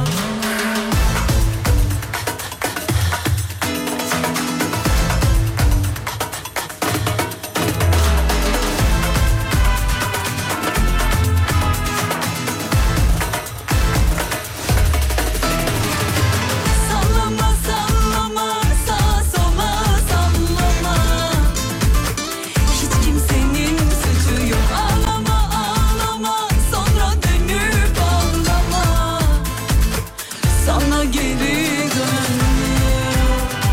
Sallama sallama sağa sola sallama, hiç kimsenin suçu yok. Ağlama ağlama sonra dönüp ağlama, sana geri dön ya.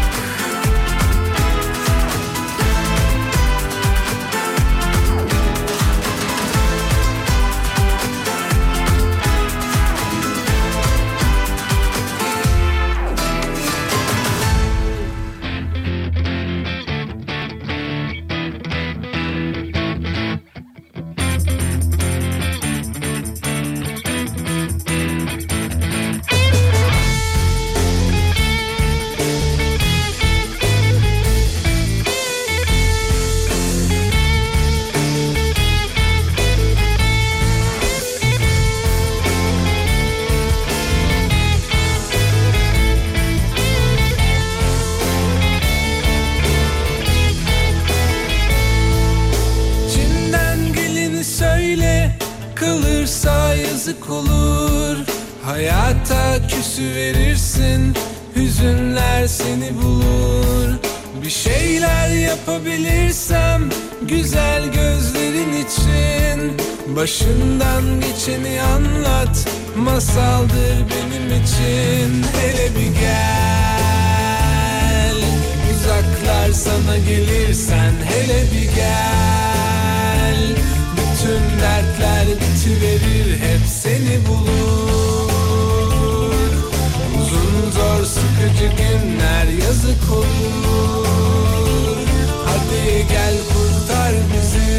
İçinden geleni söyle, kalırsa yazık olur. Hayata küsü verirsin, hüzünler seni bulur. Bir şeyler yapabilirsem güzel gözlerin için, başından geçeni anlat, masaldır benim için. Hele bir gel, uzaklar sana gelirsen hele bir gel. Bütün dertler bitiverir, hep seni bulur. Uzun zor sıkıcı günler yazık olur. Hadi gel kurtar bizi.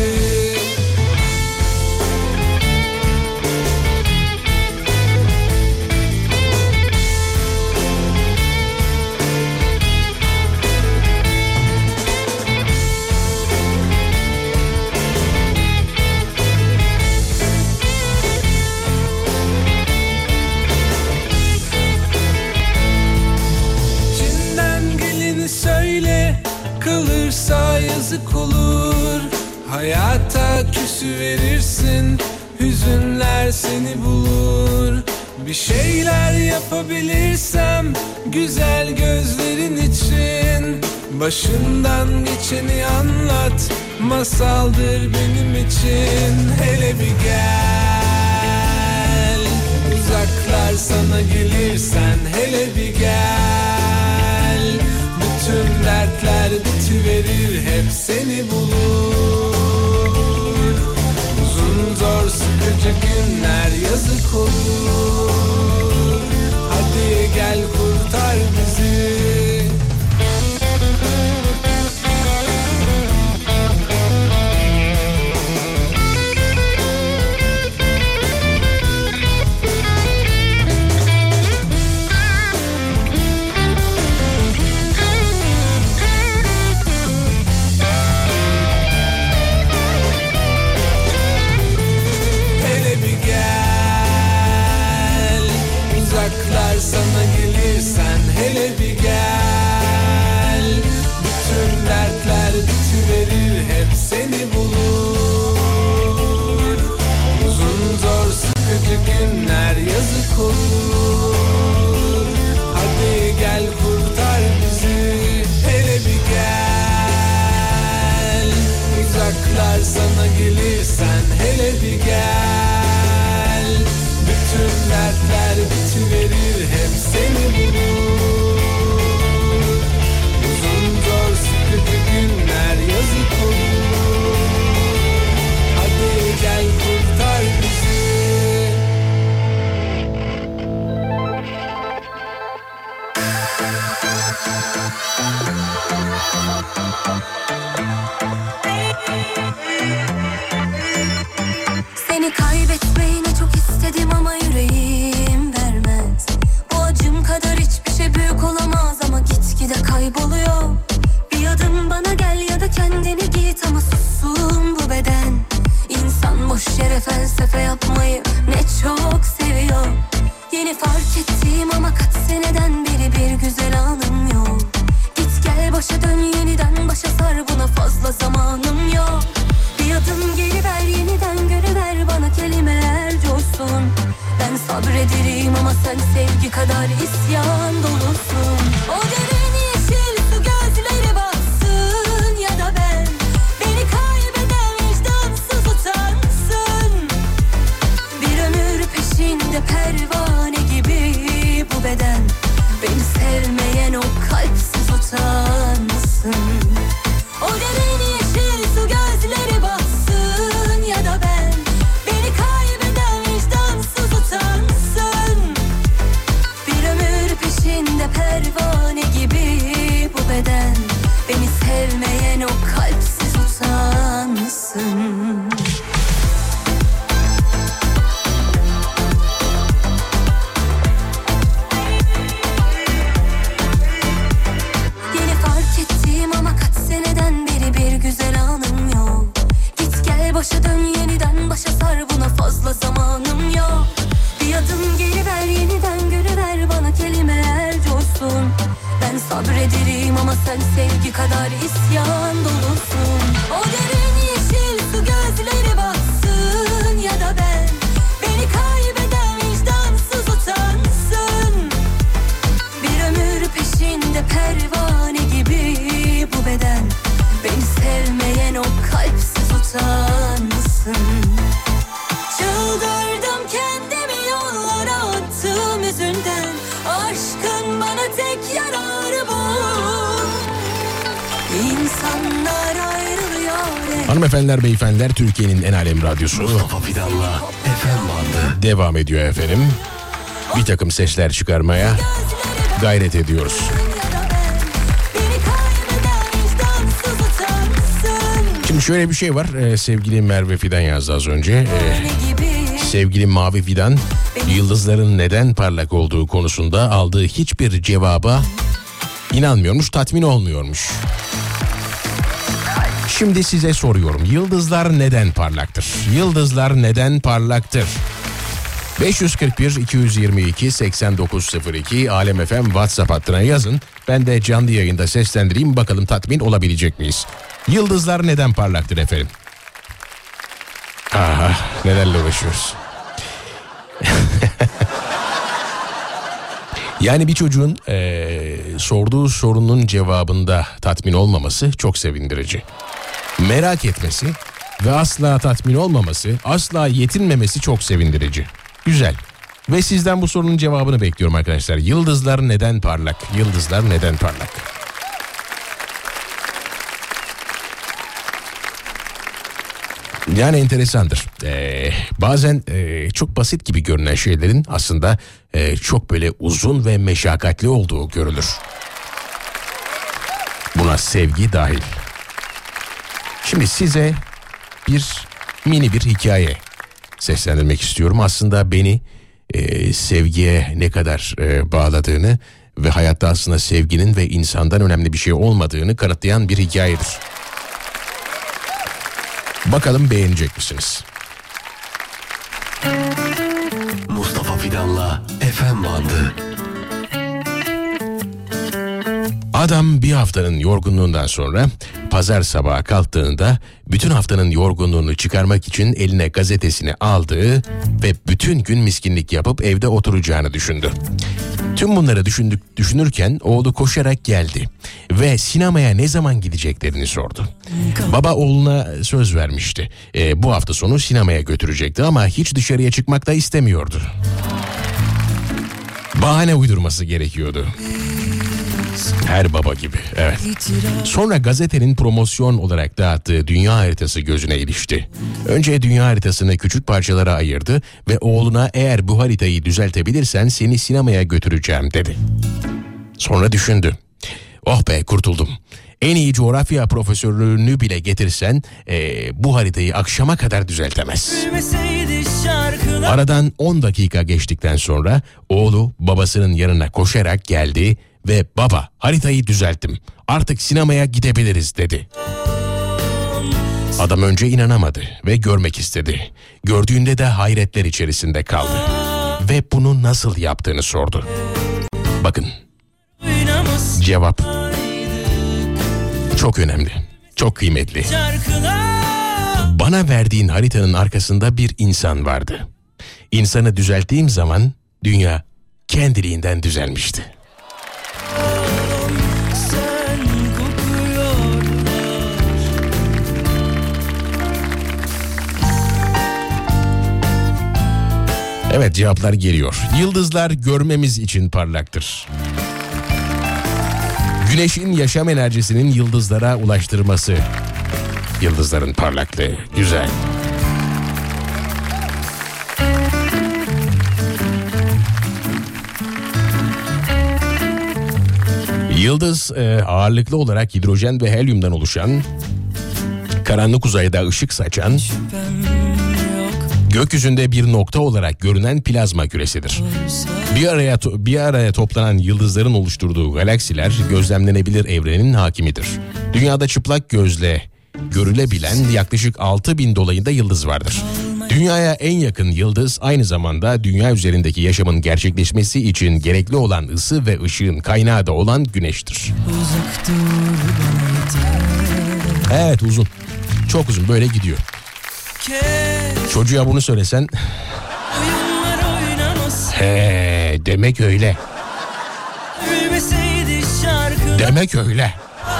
İçinden geleni söyle, kalırsa yazık olur. Hayata küsü verirsin, hüzünler seni bulur. Bir şeyler yapabilirsem güzel gözlerin için, başından geçeni anlat, masaldır benim için. Hele bir gel, uzaklar sana gelirsen hele bir gel. Bütün dertler bitiverir, hep seni bulur. Uzun zor sıkıcı günler yazık olur. Hadi gel kurtar bizi. Hele bir gel, uzaklar sana gelirsen hele bir gel. Bütün dertler bitiverir, hep seni bulur. Uzun zor sıkıcı günler yazık olur. Hadi gel kurtar bizi. Hele bir gel, uzaklar sana gelirsen hele bir gel. Bütün dertler bitiverir, hep seni bulur. Uzun zor sıkıcı günler yazık olur. Hadi gel kurtar bizi. Ben sabrederim ama sen sevgi kadar isyan dolusun. O derin yeşil su gözleri baksın ya da ben, beni kaybeden vicdansız utansın. Bir ömür peşinde pervane gibi bu beden, beni sevmeyen o kalpsiz utansın. O derin yeşil su gözleri baksın ya da ben, beni kaybeden vicdansız utansın. Bir ömür peşinde pervane gibi bu beden, beni sevmeyen o kalpsiz utansın. Yeni fark ettim ama kaç seneden beri bir güzel anım yok. Git gel başa dön yeniden başa sar, buna fazla zamanım yok. Bir adım geri ver yeniden görüver bana kelimeler coşsun. Ben sabrederim ama sen sevgi kadar isyan dolusun. O derin yeşil su gözleri baksın ya da ben, beni kaybeden vicdansız utansın. Bir ömür peşinde pervane gibi bu beden, beni sevmeyen o kalpsiz utansın. Çıldırdım kendimi yollara attığım yüzünden, aşkın bana tek yararı bu. İnsanlar ayrılıyor. Hanımefendiler, beyefendiler, Türkiye'nin en alem radyosu Mustafa Fidan'la F M bandı. devam ediyor efendim. Bir takım sesler çıkarmaya gayret ediyoruz. Şimdi şöyle bir şey var. Ee, sevgili Merve Fidan yazdı az önce. Ee, sevgili Mavi Fidan, yıldızların neden parlak olduğu konusunda aldığı hiçbir cevaba inanmıyormuş, tatmin olmuyormuş. Şimdi size soruyorum. Yıldızlar neden parlaktır? Yıldızlar neden parlaktır? beş yüz kırk bir iki yüz yirmi iki seksen dokuz sıfır iki Alem F M WhatsApp hattına yazın. Ben de canlı yayında seslendireyim, bakalım tatmin olabilecek miyiz? Yıldızlar neden parlaktır efendim? Aha, nelerle uğraşıyoruz. Yani bir çocuğun ee, sorduğu sorunun cevabında tatmin olmaması çok sevindirici. Merak etmesi ve asla tatmin olmaması, asla yetinmemesi çok sevindirici. Güzel. Ve sizden bu sorunun cevabını bekliyorum arkadaşlar. Yıldızlar neden parlak? Yıldızlar neden parlak? Yani enteresandır. Ee, bazen e, çok basit gibi görünen şeylerin aslında e, çok böyle uzun ve meşakkatli olduğu görülür. Buna sevgi dahil. Şimdi size bir mini bir hikaye seslendirmek istiyorum. Aslında beni e, sevgiye ne kadar e, bağladığını ve hayatta aslında sevginin ve insandan önemli bir şey olmadığını kanıtlayan bir hikayedir. Bakalım beğenecek misiniz? Mustafa Fidan'la F M bandı. Adam bir haftanın yorgunluğundan sonra pazar sabahı kalktığında bütün haftanın yorgunluğunu çıkarmak için eline gazetesini aldı ve bütün gün miskinlik yapıp evde oturacağını düşündü. Tüm bunları düşündük, düşünürken oğlu koşarak geldi ve sinemaya ne zaman gideceklerini sordu. Baba oğluna söz vermişti. E, bu hafta sonu sinemaya götürecekti ama hiç dışarıya çıkmak da istemiyordu. Bahane uydurması gerekiyordu. Her baba gibi, evet. Sonra gazetenin promosyon olarak dağıttığı dünya haritası gözüne ilişti. Önce dünya haritasını küçük parçalara ayırdı ve oğluna eğer bu haritayı düzeltebilirsen seni sinemaya götüreceğim dedi. Sonra düşündü. Oh be, kurtuldum. En iyi coğrafya profesörlüğünü bile getirsen ee, bu haritayı akşama kadar düzeltemez. Aradan on dakika geçtikten sonra oğlu babasının yanına koşarak geldi ve baba haritayı düzelttim, artık sinemaya gidebiliriz dedi. Adam önce inanamadı ve görmek istedi. Gördüğünde de hayretler içerisinde kaldı ve bunu nasıl yaptığını sordu. Bakın, cevap çok önemli, çok kıymetli. Bana verdiğin haritanın arkasında bir insan vardı. İnsanı düzelttiğim zaman dünya kendiliğinden düzelmişti. Sen kokuyorlar. Evet, cevaplar geliyor. Yıldızlar görmemiz için parlaktır. Güneşin yaşam enerjisinin yıldızlara ulaştırması. Yıldızların parlaklığı. Güzel. Yıldız e, ağırlıklı olarak hidrojen ve helyumdan oluşan, karanlık uzayda ışık saçan, gökyüzünde bir nokta olarak görünen plazma küresidir. Bir araya to- bir araya toplanan yıldızların oluşturduğu galaksiler gözlemlenebilir evrenin hakimidir. Dünyada çıplak gözle görülebilen yaklaşık altı bin dolayında yıldız vardır. Dünyaya en yakın yıldız aynı zamanda dünya üzerindeki yaşamın gerçekleşmesi için gerekli olan ısı ve ışığın kaynağı da olan güneştir. Uzak dur bana yeter. Evet, uzun. Çok uzun, böyle gidiyor. Kes Çocuğa bunu söylesen, oyunlar oynamaz. he demek öyle. Gülmeseydi şarkılar Demek öyle.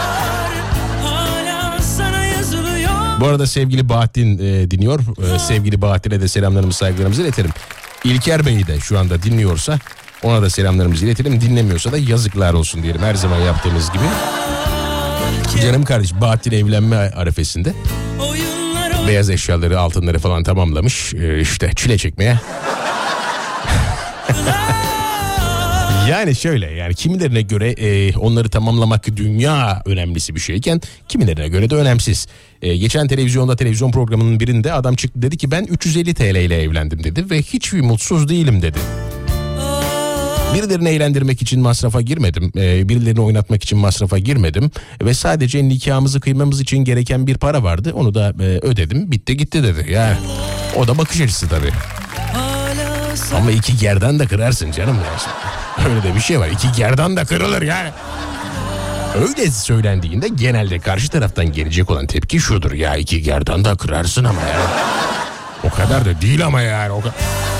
hala sana yazılıyor. Bu arada sevgili Bahattin e, dinliyor. E, sevgili Bahattin'e de selamlarımızı, saygılarımızı iletelim. İlker Bey'i de şu anda dinliyorsa ona da selamlarımızı iletelim. Dinlemiyorsa da yazıklar olsun diyelim, her zaman yaptığımız gibi. Canım kardeş, Bahattin evlenme arifesinde Oyunlar beyaz eşyaları, altınları falan tamamlamış. E, işte çile çekmeye. Yani şöyle, yani kimilerine göre e, onları tamamlamak dünya önemlisi bir şeyken kimilerine göre de önemsiz. E, geçen televizyonda, televizyon programının birinde adam çıktı, dedi ki ben üç yüz elli TL ile evlendim dedi ve hiçbir mutsuz değilim dedi. Birilerini eğlendirmek için masrafa girmedim, e, birilerini oynatmak için masrafa girmedim ve sadece nikahımızı kıymamız için gereken bir para vardı, onu da e, ödedim, bitti gitti dedi. Yani o da bakış açısı tabii. Ama iki gerdan da kırarsın canım ya. Öyle de bir şey var. İki gerdan da kırılır yani. Öyle söylendiğinde genelde karşı taraftan gelecek olan tepki şudur: ya iki gerdan da kırarsın ama ya. O kadar da değil ama yani. O kadar.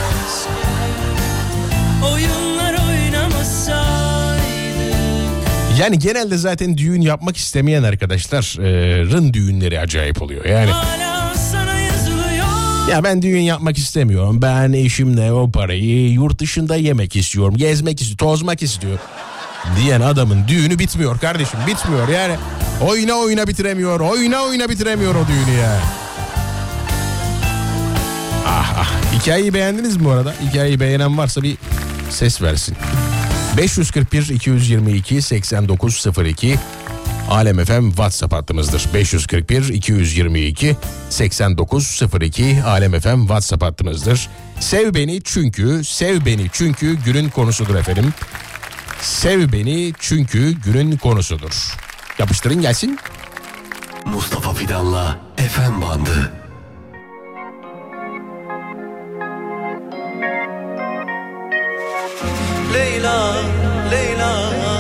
oyunlar oynamasaydık. Yani genelde zaten düğün yapmak istemeyen arkadaşların düğünleri acayip oluyor. Yani Hala sana yazılıyor. ya ben düğün yapmak istemiyorum. Ben eşimle o parayı yurt dışında yemek istiyorum. Gezmek istiyorum. Tozmak istiyorum. Diyen adamın düğünü bitmiyor kardeşim. Bitmiyor yani. Oyna oyna bitiremiyor. Oyna oyna bitiremiyor o düğünü ya. Ah ah. Hikayeyi beğendiniz mi bu arada? Hikayeyi beğenen varsa bir ses versin. beş yüz kırk bir iki yüz yirmi iki seksen dokuz sıfır iki Alem F M WhatsApp hattımızdır. beş yüz kırk bir iki yüz yirmi iki seksen dokuz sıfır iki Alem F M WhatsApp hattımızdır. Sev beni çünkü, sev beni çünkü günün konusudur efendim. Sev beni çünkü günün konusudur. Yapıştırın gelsin. Mustafa Fidan'la F M bandı. Leyla, Leyla,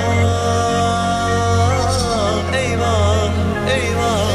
eyvah, eyvah.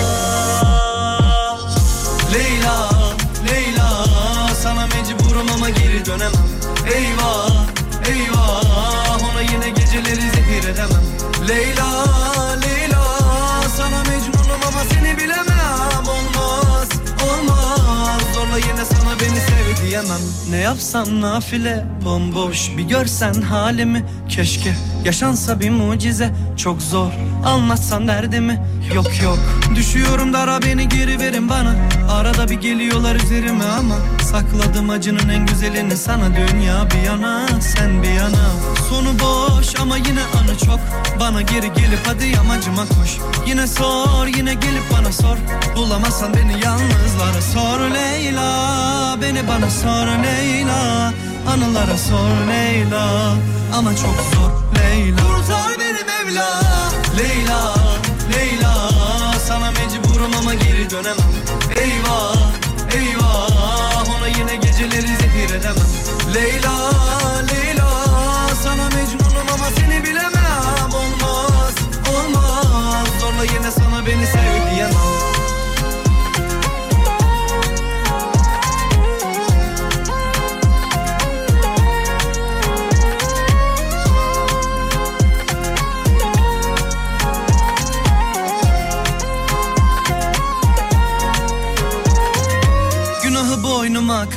Leyla, Leyla, sana mecburum ama geri dönemem. Eyvah, eyvah, ona yine geceleri zehir edemem. Leyla, Leyla, sana mecnunum ama seni bilemem. Olmaz, olmaz, zorla yine sana beni sev diyemem. Ne yapsam nafile, bomboş bir görsen halimi. Keşke yaşansa bir mucize, çok zor anlatsan derdimi. Yok yok, düşüyorum dara, beni geri verin bana. Arada bir geliyorlar üzerime ama sakladım acının en güzelini sana. Dünya bir yana, sen bir yana. Sonu boş ama yine anı çok. Bana geri gelip hadi yamacıma koş. Yine sor, yine gelip bana sor. Bulamazsan beni yalnızlara sor Leyla. Beni bana sor Leyla. Anılara sor Leyla. Ama çok zor Leyla. Kurtar beni Mevla. Leyla, Leyla, sana mecburum ama geri dönemem. Eyvah, eyvah, ona yine geceleri zehir edemem. Leyla, Leyla, sana mecnunum ama seni bilemem. Olmaz, olmaz, zorla yine sana beni sev diyemem.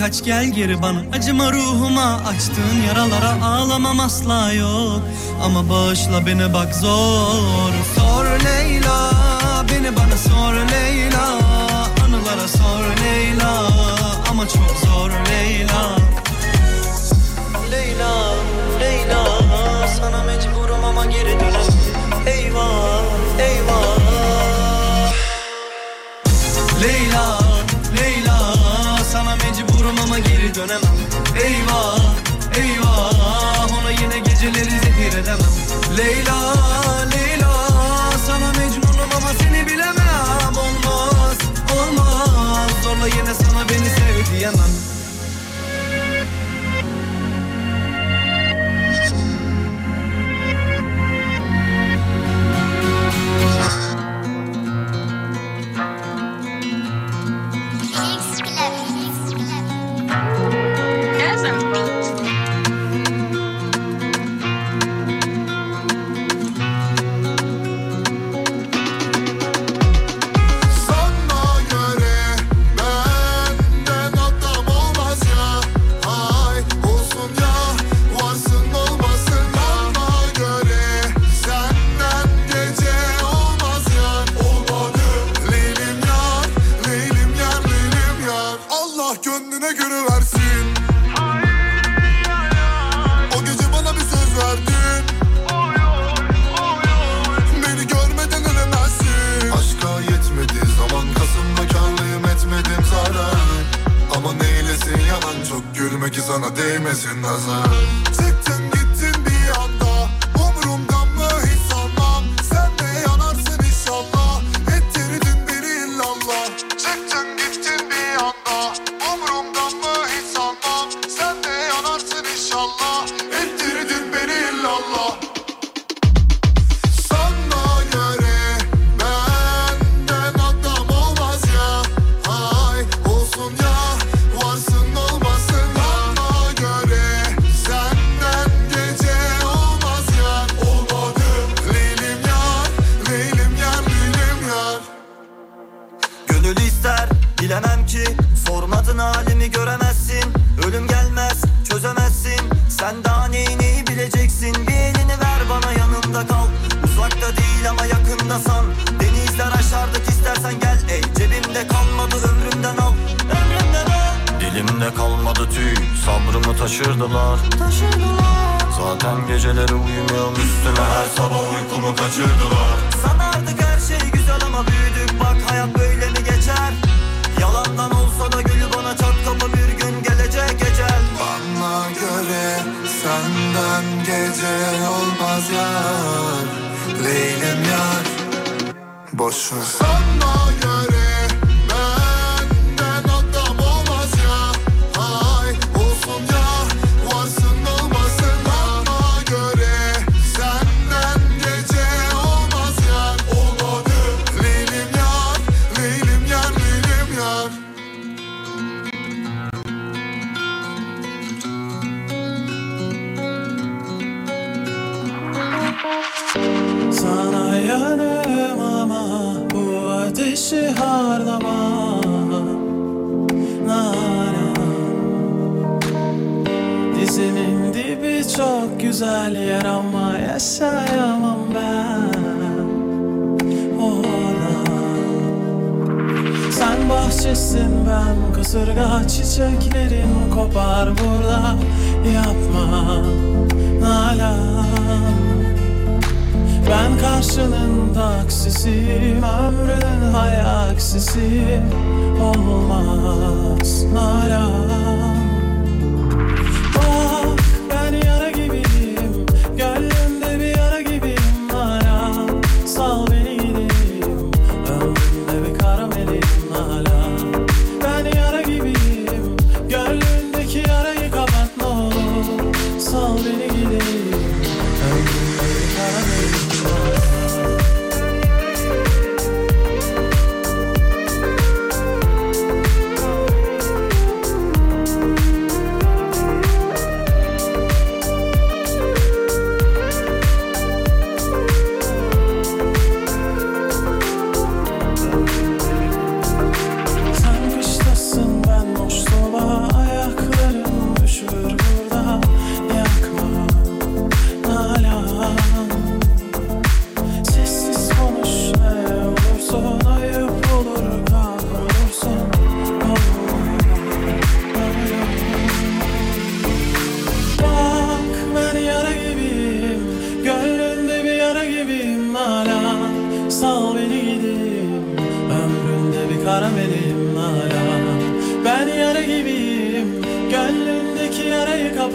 kaç gel geri bana. Acıma ruhuma, açtığın yaralara ağlamam asla yok. Ama bağışla beni bak zor. Sor Leyla, beni bana sor Leyla. Anılara sor Leyla, ama çok zor Leyla. Leyla, Leyla, sana mecburum ama geri dönemem. Eyvah, eyvah. Leyla, Leyla, sana mecburum ama geri dönemem. Eyvah, eyvah, ona yine geceleri zehir edemem. Leyla, Leyla, sana mecburum ama seni bilemem. Olmaz, olmaz, zorla yine sana beni sev diyemem. Ki sana değmesin nazar. Çıktın gittin bir anda, umurumdan mı hiç sanmam. Sen de yanarsın inşallah, ettirdin beni illallah. Çıktın gittin bir anda, umurumdan mı hiç sanmam. Sen de yanarsın inşallah, ettirdin beni illallah. Sana göre benden adam olmaz ya. Hay olsun ya, varsın olmasın. Bilemem ki sormadın halimi göremezsin. Ölüm gelmez çözemezsin. Sen daha neyi neyi bileceksin. Bir elini ver bana yanımda kal. Uzakta değil ama yakında san. Denizler aşardık istersen gel. Ey cebimde kalmadı ömrümden al. Ömrümden al. Dilimde kalmadı tüy. Sabrımı taşırdılar. Taşırdılar. Zaten geceleri uyumuyorum üstüne. Her sabah uykumu kaçırdılar. Sanardık her şey güzel ama büyüdük. Bak hayat böyle mi geçer? Yalandan olsa da gülü bana çat kapı bir gün gelecek ecel. Bana göre senden gece olmaz yar. Leylim yar, boşver. Sana göre benden adam olmaz ya. Hay olsun ya, varsın olmasın. Bana göre senden gece olmaz yar. Olmadı. Leylim yar, leylim yar, leylim yar. Sana yanım ama bu ateşi harlama. Nara. Dizimin dibi çok güzel yer ama yaşayamam ben orada. Sen bahçesin ben kasırga, çiçeklerin kopar burada. Yapma Nalan. Ben karşının taksisiyim, ömrünün hayaksisi. Olmaz Nalan. Bak ben yara gibiyim, gönlümde bir yara gibiyim Nalan. Sal beni gideyim, ömrümde bir karamelim Nalan. Ben yara gibiyim, gönlümdeki yarayı kapat ne olur. Sal beni gideyim, ömrümde bir karamelim.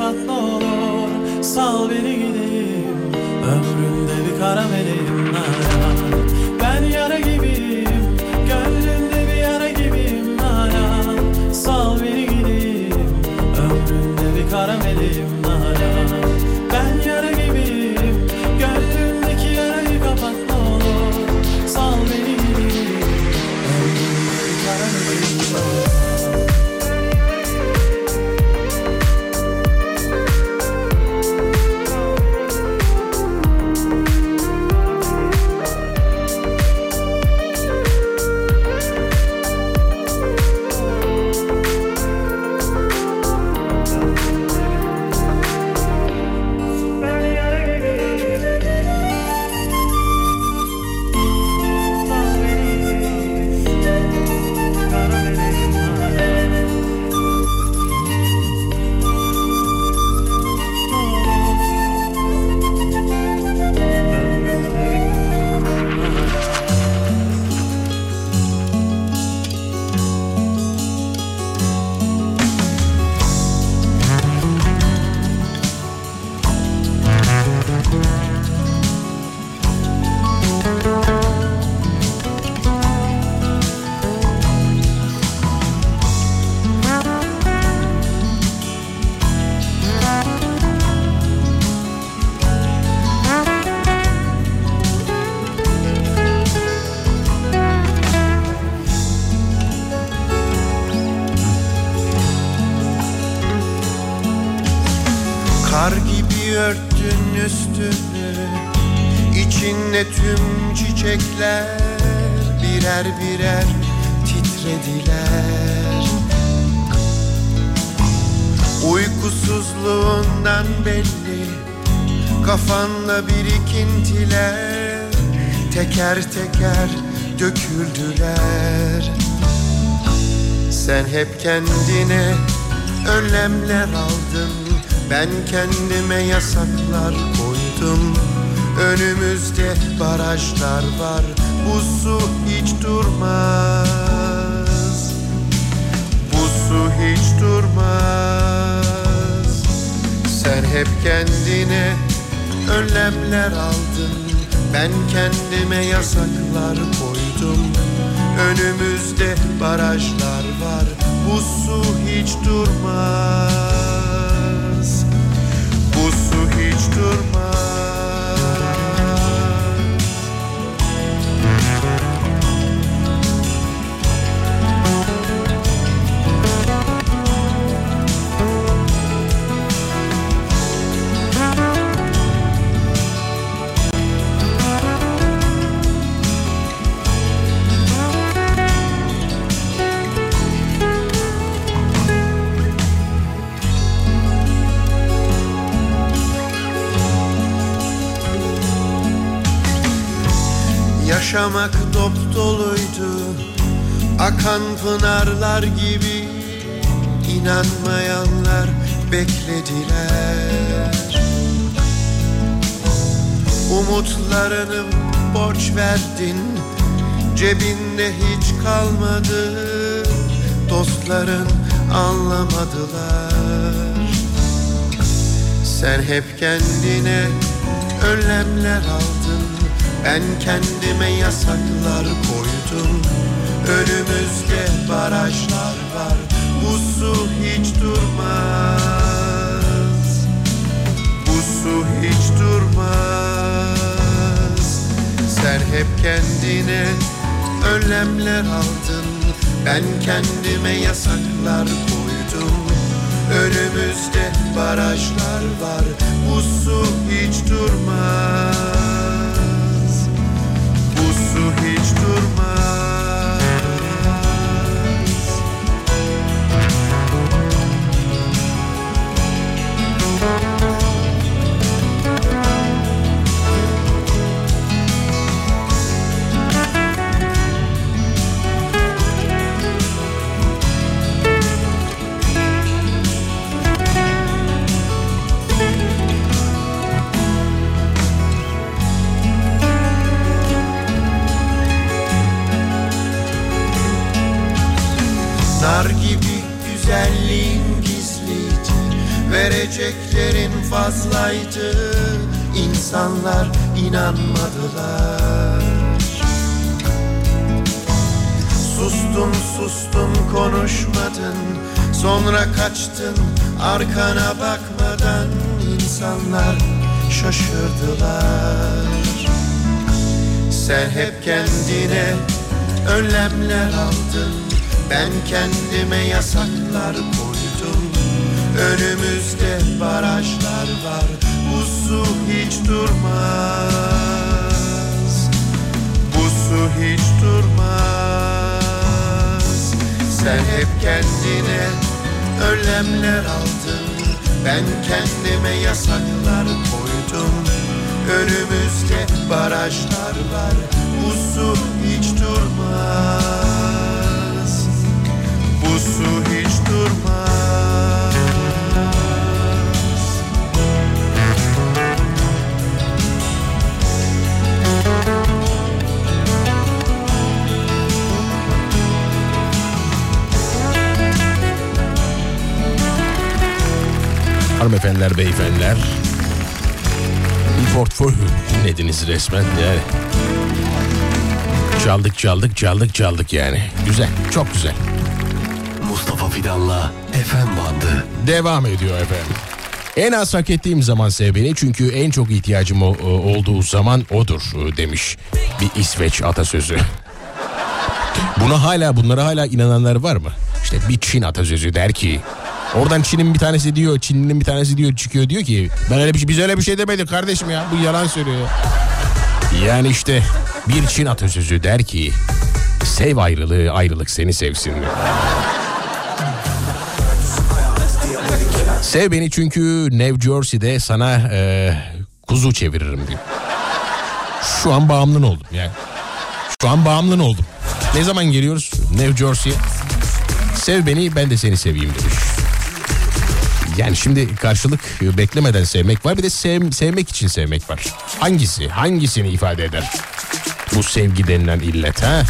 kapat ne olur. Sal beni gideyim, ömrümde bir kara meleğim hala. Ben yara gibiyim, gönlümde bir yara gibiyim hala. Sal beni gideyim, ömrümde bir kara meleğim hala. Ben yara gibiyim, gönlümdeki yarayı kapat ne olur. Sal beni gideyim, ömrümde bir kara meleğim hala. Kar gibi örttün üstünü, içinde tüm çiçekler birer birer titrediler. Uykusuzluğundan belli, kafanda birikintiler teker teker döküldüler. Sen hep kendine önlemler aldın, ben kendime yasaklar koydum. Önümüzde barajlar var, bu su hiç durmaz. Bu su hiç durmaz. Sen hep kendine önlemler aldın, ben kendime yasaklar koydum. Önümüzde barajlar var, bu su hiç durmaz. Bu su hiç durmaz. Yaşamak dop doluydu, akan pınarlar gibi. İnanmayanlar beklediler. Umutlarını borç verdin, cebinde hiç kalmadı. Dostların anlamadılar. Sen hep kendine önlemler aldın, ben kendime yasaklar koydum. Önümüzde barajlar var, bu su hiç durmaz. Bu su hiç durmaz. Sen hep kendine önlemler aldın, ben kendime yasaklar koydum. Önümüzde barajlar var, bu su hiç durmaz. Bu su hiç durmaz. Vereceklerin fazlaydı, insanlar inanmadılar. Sustun sustun konuşmadın, sonra kaçtın arkana bakmadan, insanlar şaşırdılar. Sen hep kendine önlemler aldın, ben kendime yasaklar koydum. Önümüzde barajlar var, bu su hiç durmaz. Bu su hiç durmaz. Sen hep kendine önlemler aldın, ben kendime yasaklar koydum. Önümüzde barajlar var, bu su hiç durmaz. Bu su hiç durmaz. Hanımefendiler, beyefendiler, bir portföy dinlediniz resmen yani. Çaldık çaldık çaldık çaldık yani. Güzel, çok güzel. Mustafa Fidan'la F M bandı devam ediyor efendim. En az hak ettiğim zaman sev beni, çünkü en çok ihtiyacım o, olduğu zaman odur demiş bir İsveç atasözü. Buna hala bunlara hala inananlar var mı? İşte bir Çin atasözü der ki, oradan Çin'in bir tanesi diyor, Çin'in bir tanesi diyor, çıkıyor diyor ki ben öyle bir şey, biz öyle bir şey demedik kardeşim ya, bu yalan söylüyor. Yani işte bir Çin atasözü der ki, sev ayrılığı, ayrılık seni sevsin. Sev beni çünkü New Jersey'de sana e, kuzu çeviririm diyor. Şu an bağımlın oldum yani. Şu an bağımlın oldum. Ne zaman geliyoruz New Jersey'ye? Sev beni, ben de seni seveyim demiş. Yani şimdi karşılık beklemeden sevmek var, bir de sev, sevmek için sevmek var. Hangisi, hangisini ifade eder bu sevgi denilen illet ha?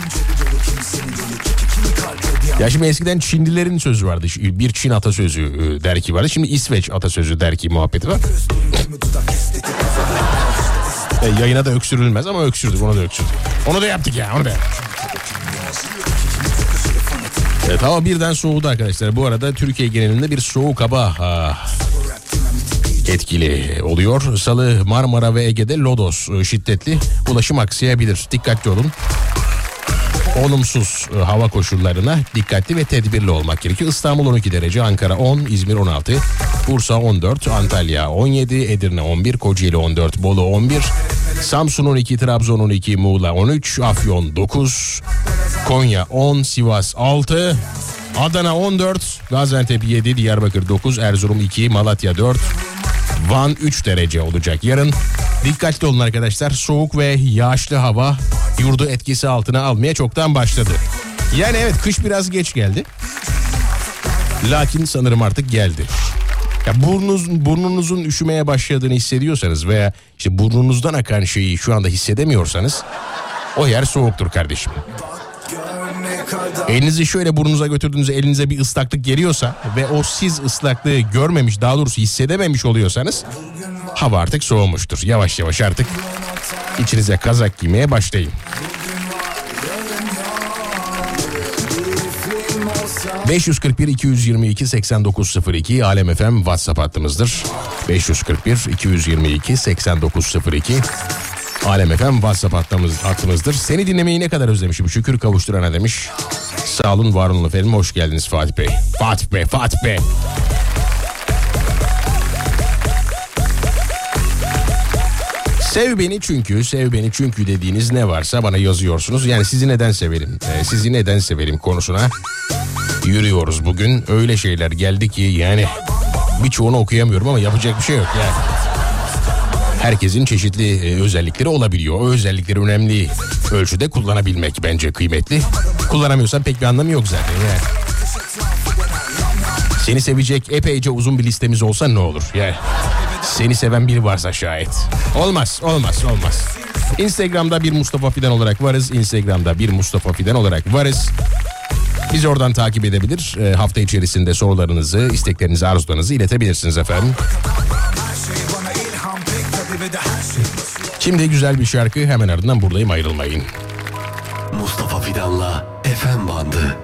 Ya şimdi eskiden Çinlilerin sözü vardı. Bir Çin atasözü der ki vardı. Şimdi İsveç atasözü der ki muhabbeti var. E, yayına da öksürülmez ama öksürdük, onu da öksürdük. Onu da yaptık ya, onu da yaptık. Evet, hava birden soğudu arkadaşlar. Bu arada Türkiye genelinde bir soğuk hava ha, etkili oluyor. Salı Marmara ve Ege'de lodos şiddetli, ulaşım aksayabilir. Dikkatli olun. Olumsuz hava koşullarına dikkatli ve tedbirli olmak gerekiyor. İstanbul on iki derece, Ankara on, İzmir on altı, Bursa on dört, Antalya on yedi, Edirne on bir, Kocaeli on dört, Bolu on bir, Samsun on iki, Trabzon on iki, Muğla on üç, Afyon dokuz, Konya on, Sivas altı, Adana on dört, Gaziantep yedi, Diyarbakır dokuz, Erzurum iki, Malatya dört, Van üç derece olacak yarın. Dikkatli olun arkadaşlar, soğuk ve yağışlı hava yurdu etkisi altına almaya çoktan başladı. Yani evet, kış biraz geç geldi. Lakin sanırım artık geldi. Ya burnunuz, burnunuzun üşümeye başladığını hissediyorsanız veya işte burnunuzdan akan şeyi şu anda hissedemiyorsanız o yer soğuktur kardeşim. Elinizi şöyle burnunuza götürdüğünüzde elinize bir ıslaklık geliyorsa ve o siz ıslaklığı görmemiş, daha doğrusu hissedememiş oluyorsanız hava artık soğumuştur. Yavaş yavaş artık içinize kazak giymeye başlayın. beş yüz kırk bir iki yüz yirmi iki seksen dokuz sıfır iki Alem F M WhatsApp hattımızdır. beş yüz kırk bir iki yüz yirmi iki seksen dokuz sıfır iki Alem F M WhatsApp hattımız, hattımızdır. Seni dinlemeyi ne kadar özlemişim, şükür kavuşturana demiş. Sağ olun, var olun efendim, hoş geldiniz Fatih Bey. Fatih Bey, Fatih Bey. Sev beni çünkü, sev beni çünkü dediğiniz ne varsa bana yazıyorsunuz. Yani sizi neden severim, ee, sizi neden severim konusuna yürüyoruz bugün. Öyle şeyler geldi ki yani birçoğunu okuyamıyorum ama yapacak bir şey yok yani. Herkesin çeşitli e, özellikleri olabiliyor. O özellikleri önemli ölçüde kullanabilmek bence kıymetli. Kullanamıyorsan pek bir anlamı yok zaten yani. Seni sevecek epeyce uzun bir listemiz olsa ne olur yani. Seni seven biri varsa şayet. Olmaz, olmaz, olmaz. Instagram'da bir Mustafa Fidan olarak varız. Instagram'da bir Mustafa Fidan olarak varız. Bizi oradan takip edebilir. E, hafta içerisinde sorularınızı, isteklerinizi, arzularınızı iletebilirsiniz efendim. Şimdi güzel bir şarkı, hemen ardından buradayım, ayrılmayın. Mustafa Fidan'la F M Bandı.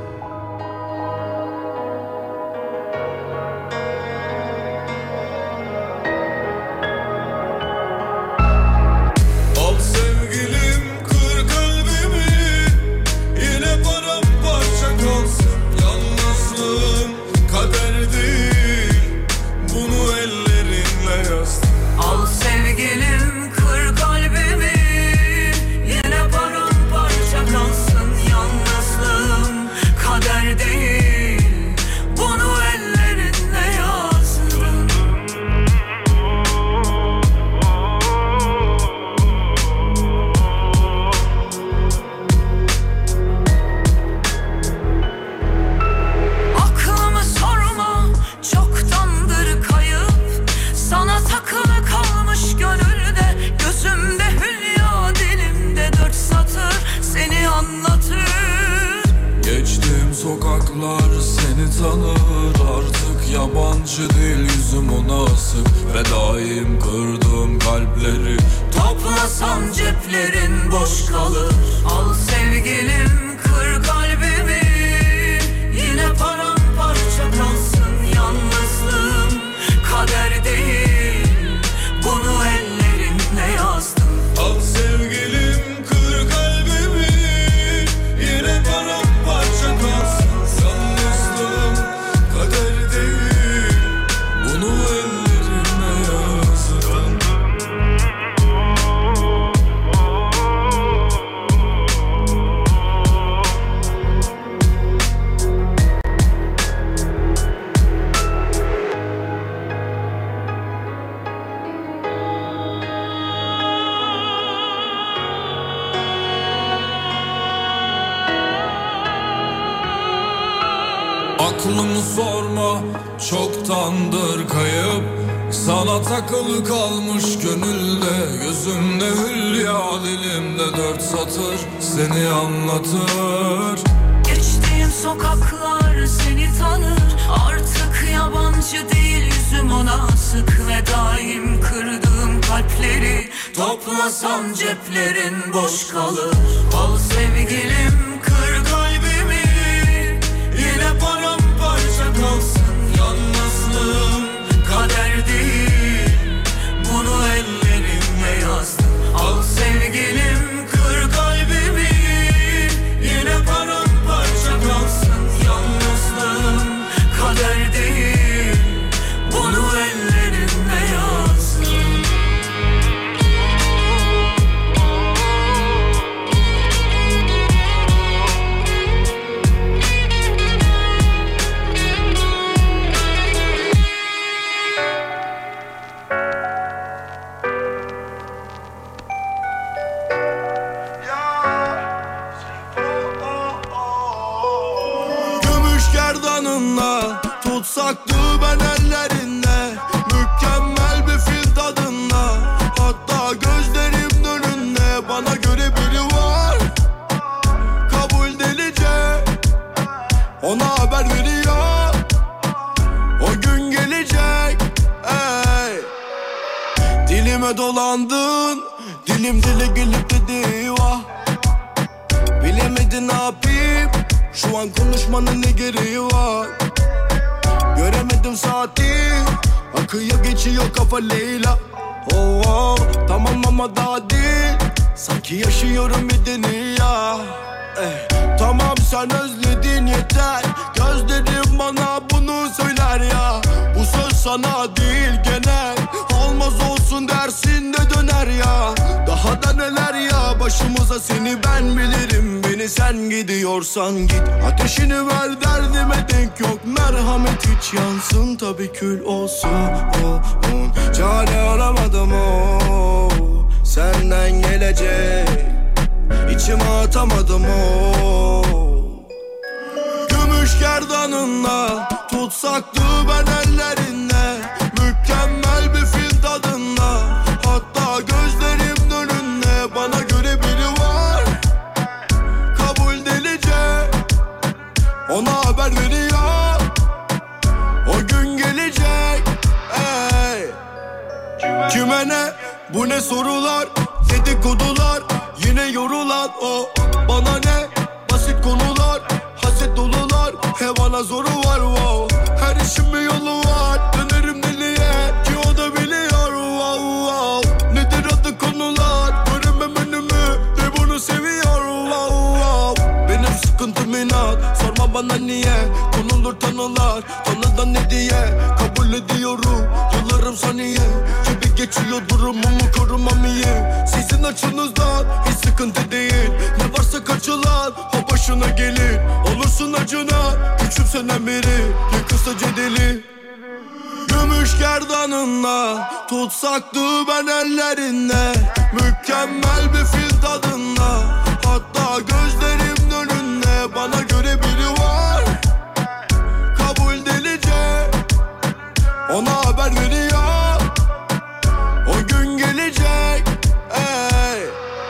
Aklımı sorma, çoktandır kayıp. Sana takılı kalmış gönülde, gözümde hülya, dilimde dört satır seni anlatır. Geçtiğim sokaklar seni tanır, artık yabancı değil yüzüm ona sık. Ve daim kırdığım kalpleri toplasan ceplerin boş kalır. Al sevgilim kır kalbimi, yine paramparça kalsın yalnızlığım kader değil, bunu ellerimle yazdım. Al sevgilim kır kalbimi, yine paramparça kalsın yalnızlığım kader değil, bunu ellerimle yazdım. Gerdanınla tutsaktı ben ellerinde, mükemmel bir fil tadında. Hatta gözlerim önünde bana göre biri var, kabul delice, ona haber veriyor. O gün gelecek, ey. Dilime dolandın, dilim dile gelip dedi vah. Bilemedin ne yapayım, şu an konuşmanın ne gereği var? Göremedim saati, akıyor geçiyor kafa Leyla. Oh, oh, tamam ama daha değil, sanki yaşıyorum bir dünya. Eh, tamam sen özledin yeter, gözlerim bana bunu söyler ya. Bu söz sana değil genel, olmaz olsun dersin de döner ya. Daha da neler ya başımıza, seni ben bilirim, beni sen gidiyorsan git. Ateşini ver derdime denk yok, merhamet hiç yansın tabii kül olsun. Oh, oh. Çare aramadım o, senden gelecek, İçime atamadım o. Gümüş gerdanınla tutsaktı ben ellerinde, mükemmel bir fil tadında. Hatta gözlerim önünde bana göre biri var, kabul delice, ona Kime ne? Bu ne sorular? Dedikodular. Yine yorulan o. Bana ne? Basit konular. Haset dolular. Hevana zoru var wow. Her işin bir yolu var. Dönerim deliye ki o da biliyor wow wow. Nedir adı konular? Göremem önümü de bunu seviyor wow wow. Benim sıkıntım inat. Sorma bana niye. Konulur tanılar. Tanıdan ne diye. Kabul ediyorum. Yıllarım saniye. Gibi geçiyor durumumu korumam iyi. Sizin açınızdan hiç sıkıntı değil. Ne varsa kaçılan o başına gelir. Olursun acına küçümsenen biri. Yıkılsa cedeli. Gümüş gerdanınla tutsaktı ben ellerinde. Mükemmel bir fil tadında. Hatta gözlerim önünde. Bana göre biri var. Kabul delice. Ona haber veriyor. O gün gelecek. Ey.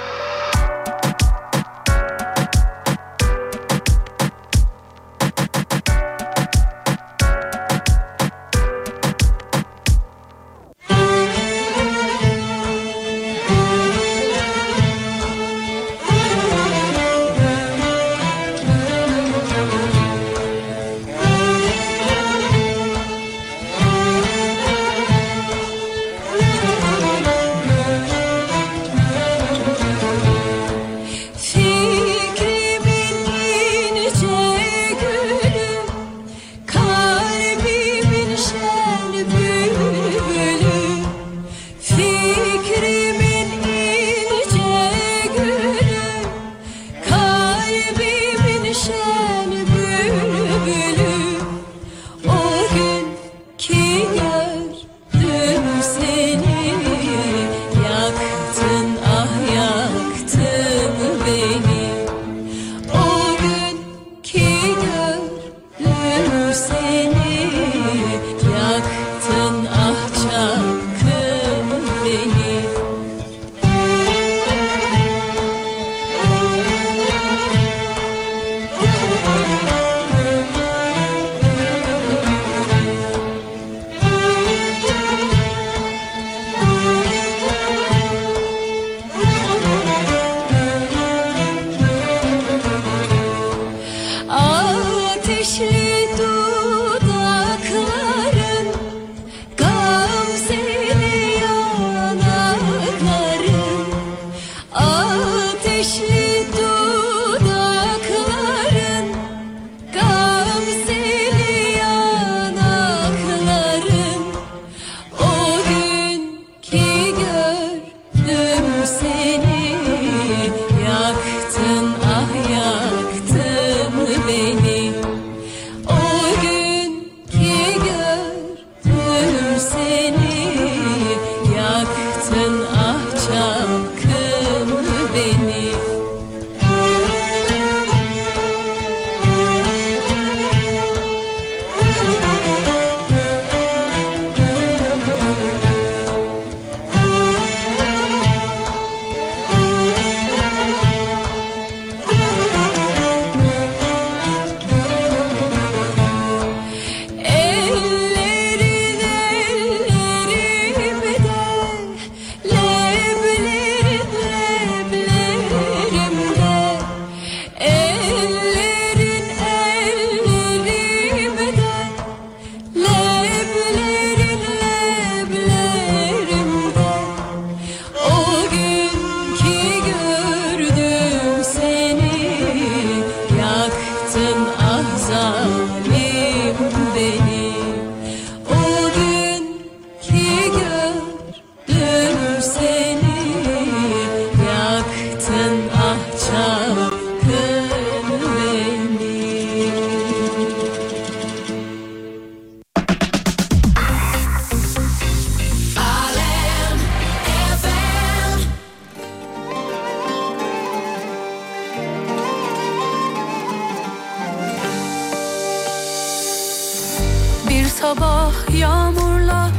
sabah yağmurla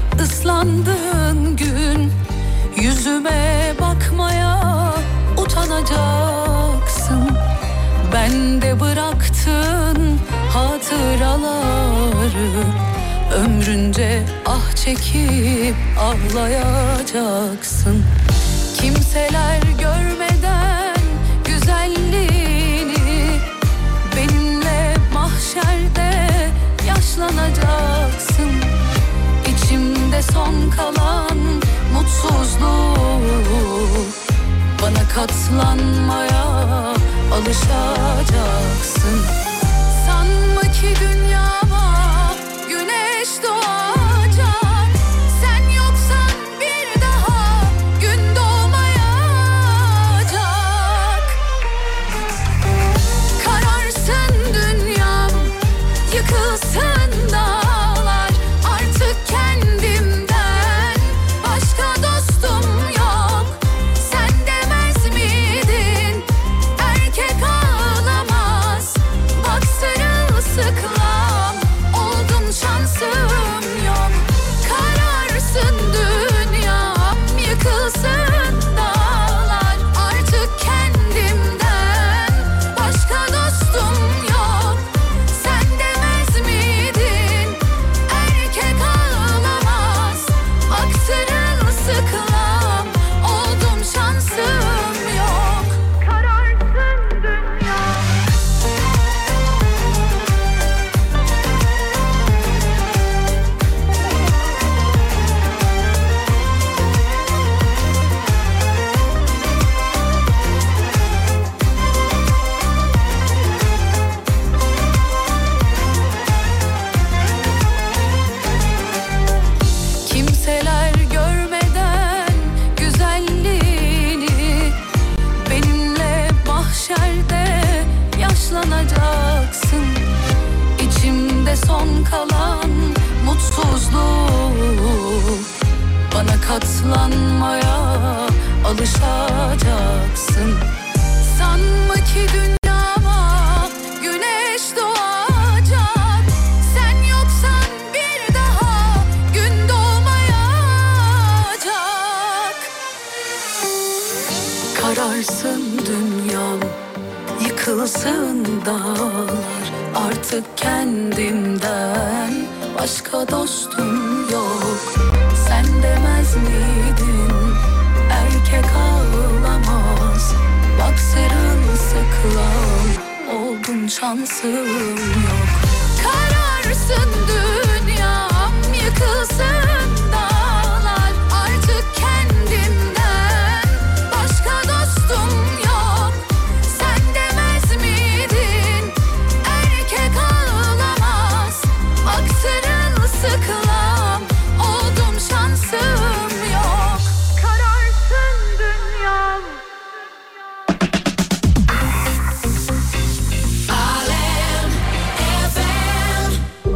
ıslandığın gün yüzüme bakmaya utanacaksın. Bende bıraktın hatıraları, ömrünce ah çekip ağlayacaksın. Kimseler görmeden güzelliğini benimle mahşerde yaşlanacaksın. İçimde son kalan mutsuzluk, bana katlanmaya alışacaksın. Sanma ki dünyama güneş doğacak, sen yoksan bir daha gün doğmayacak. Kararsın dünyam, yıkılsın dağlar, artık kendimden başka dostum yok. Sen demez miydin erkek ağlamaz, bak sırılsıklam oldum şansım yok. Kararsın dünyam, yıkılsın dağlar, artık kendimden başka dostum yok. Sen demez miydin erkek ağlamaz, bak sırılsıklam oldum şansım yok. Kararsın dünyam. Kimseler görmeden güzelliğini benimle mahşerde yaşlanacaksın. İçimde son kalan mutsuzluk, bana katlanmaya alışacaksın. Sanma ki dünyama güneş doğacak, sen yoksan bir daha gün doğmayacak. Kararsın dünyam, yıkılsın dağlar, artık kendimden başka dostum yok. Sen demez miydin erkek ağlamaz, bak sırılsıklam oldum şansım yok. Kararsın dünyam, yıkılsın dağlar, artık kendimden başka dostum yok. Sen demez miydin erkek ağlamaz, bak sırılsıklam oldum şansım yok. Kararsın dünyam. Alem F M.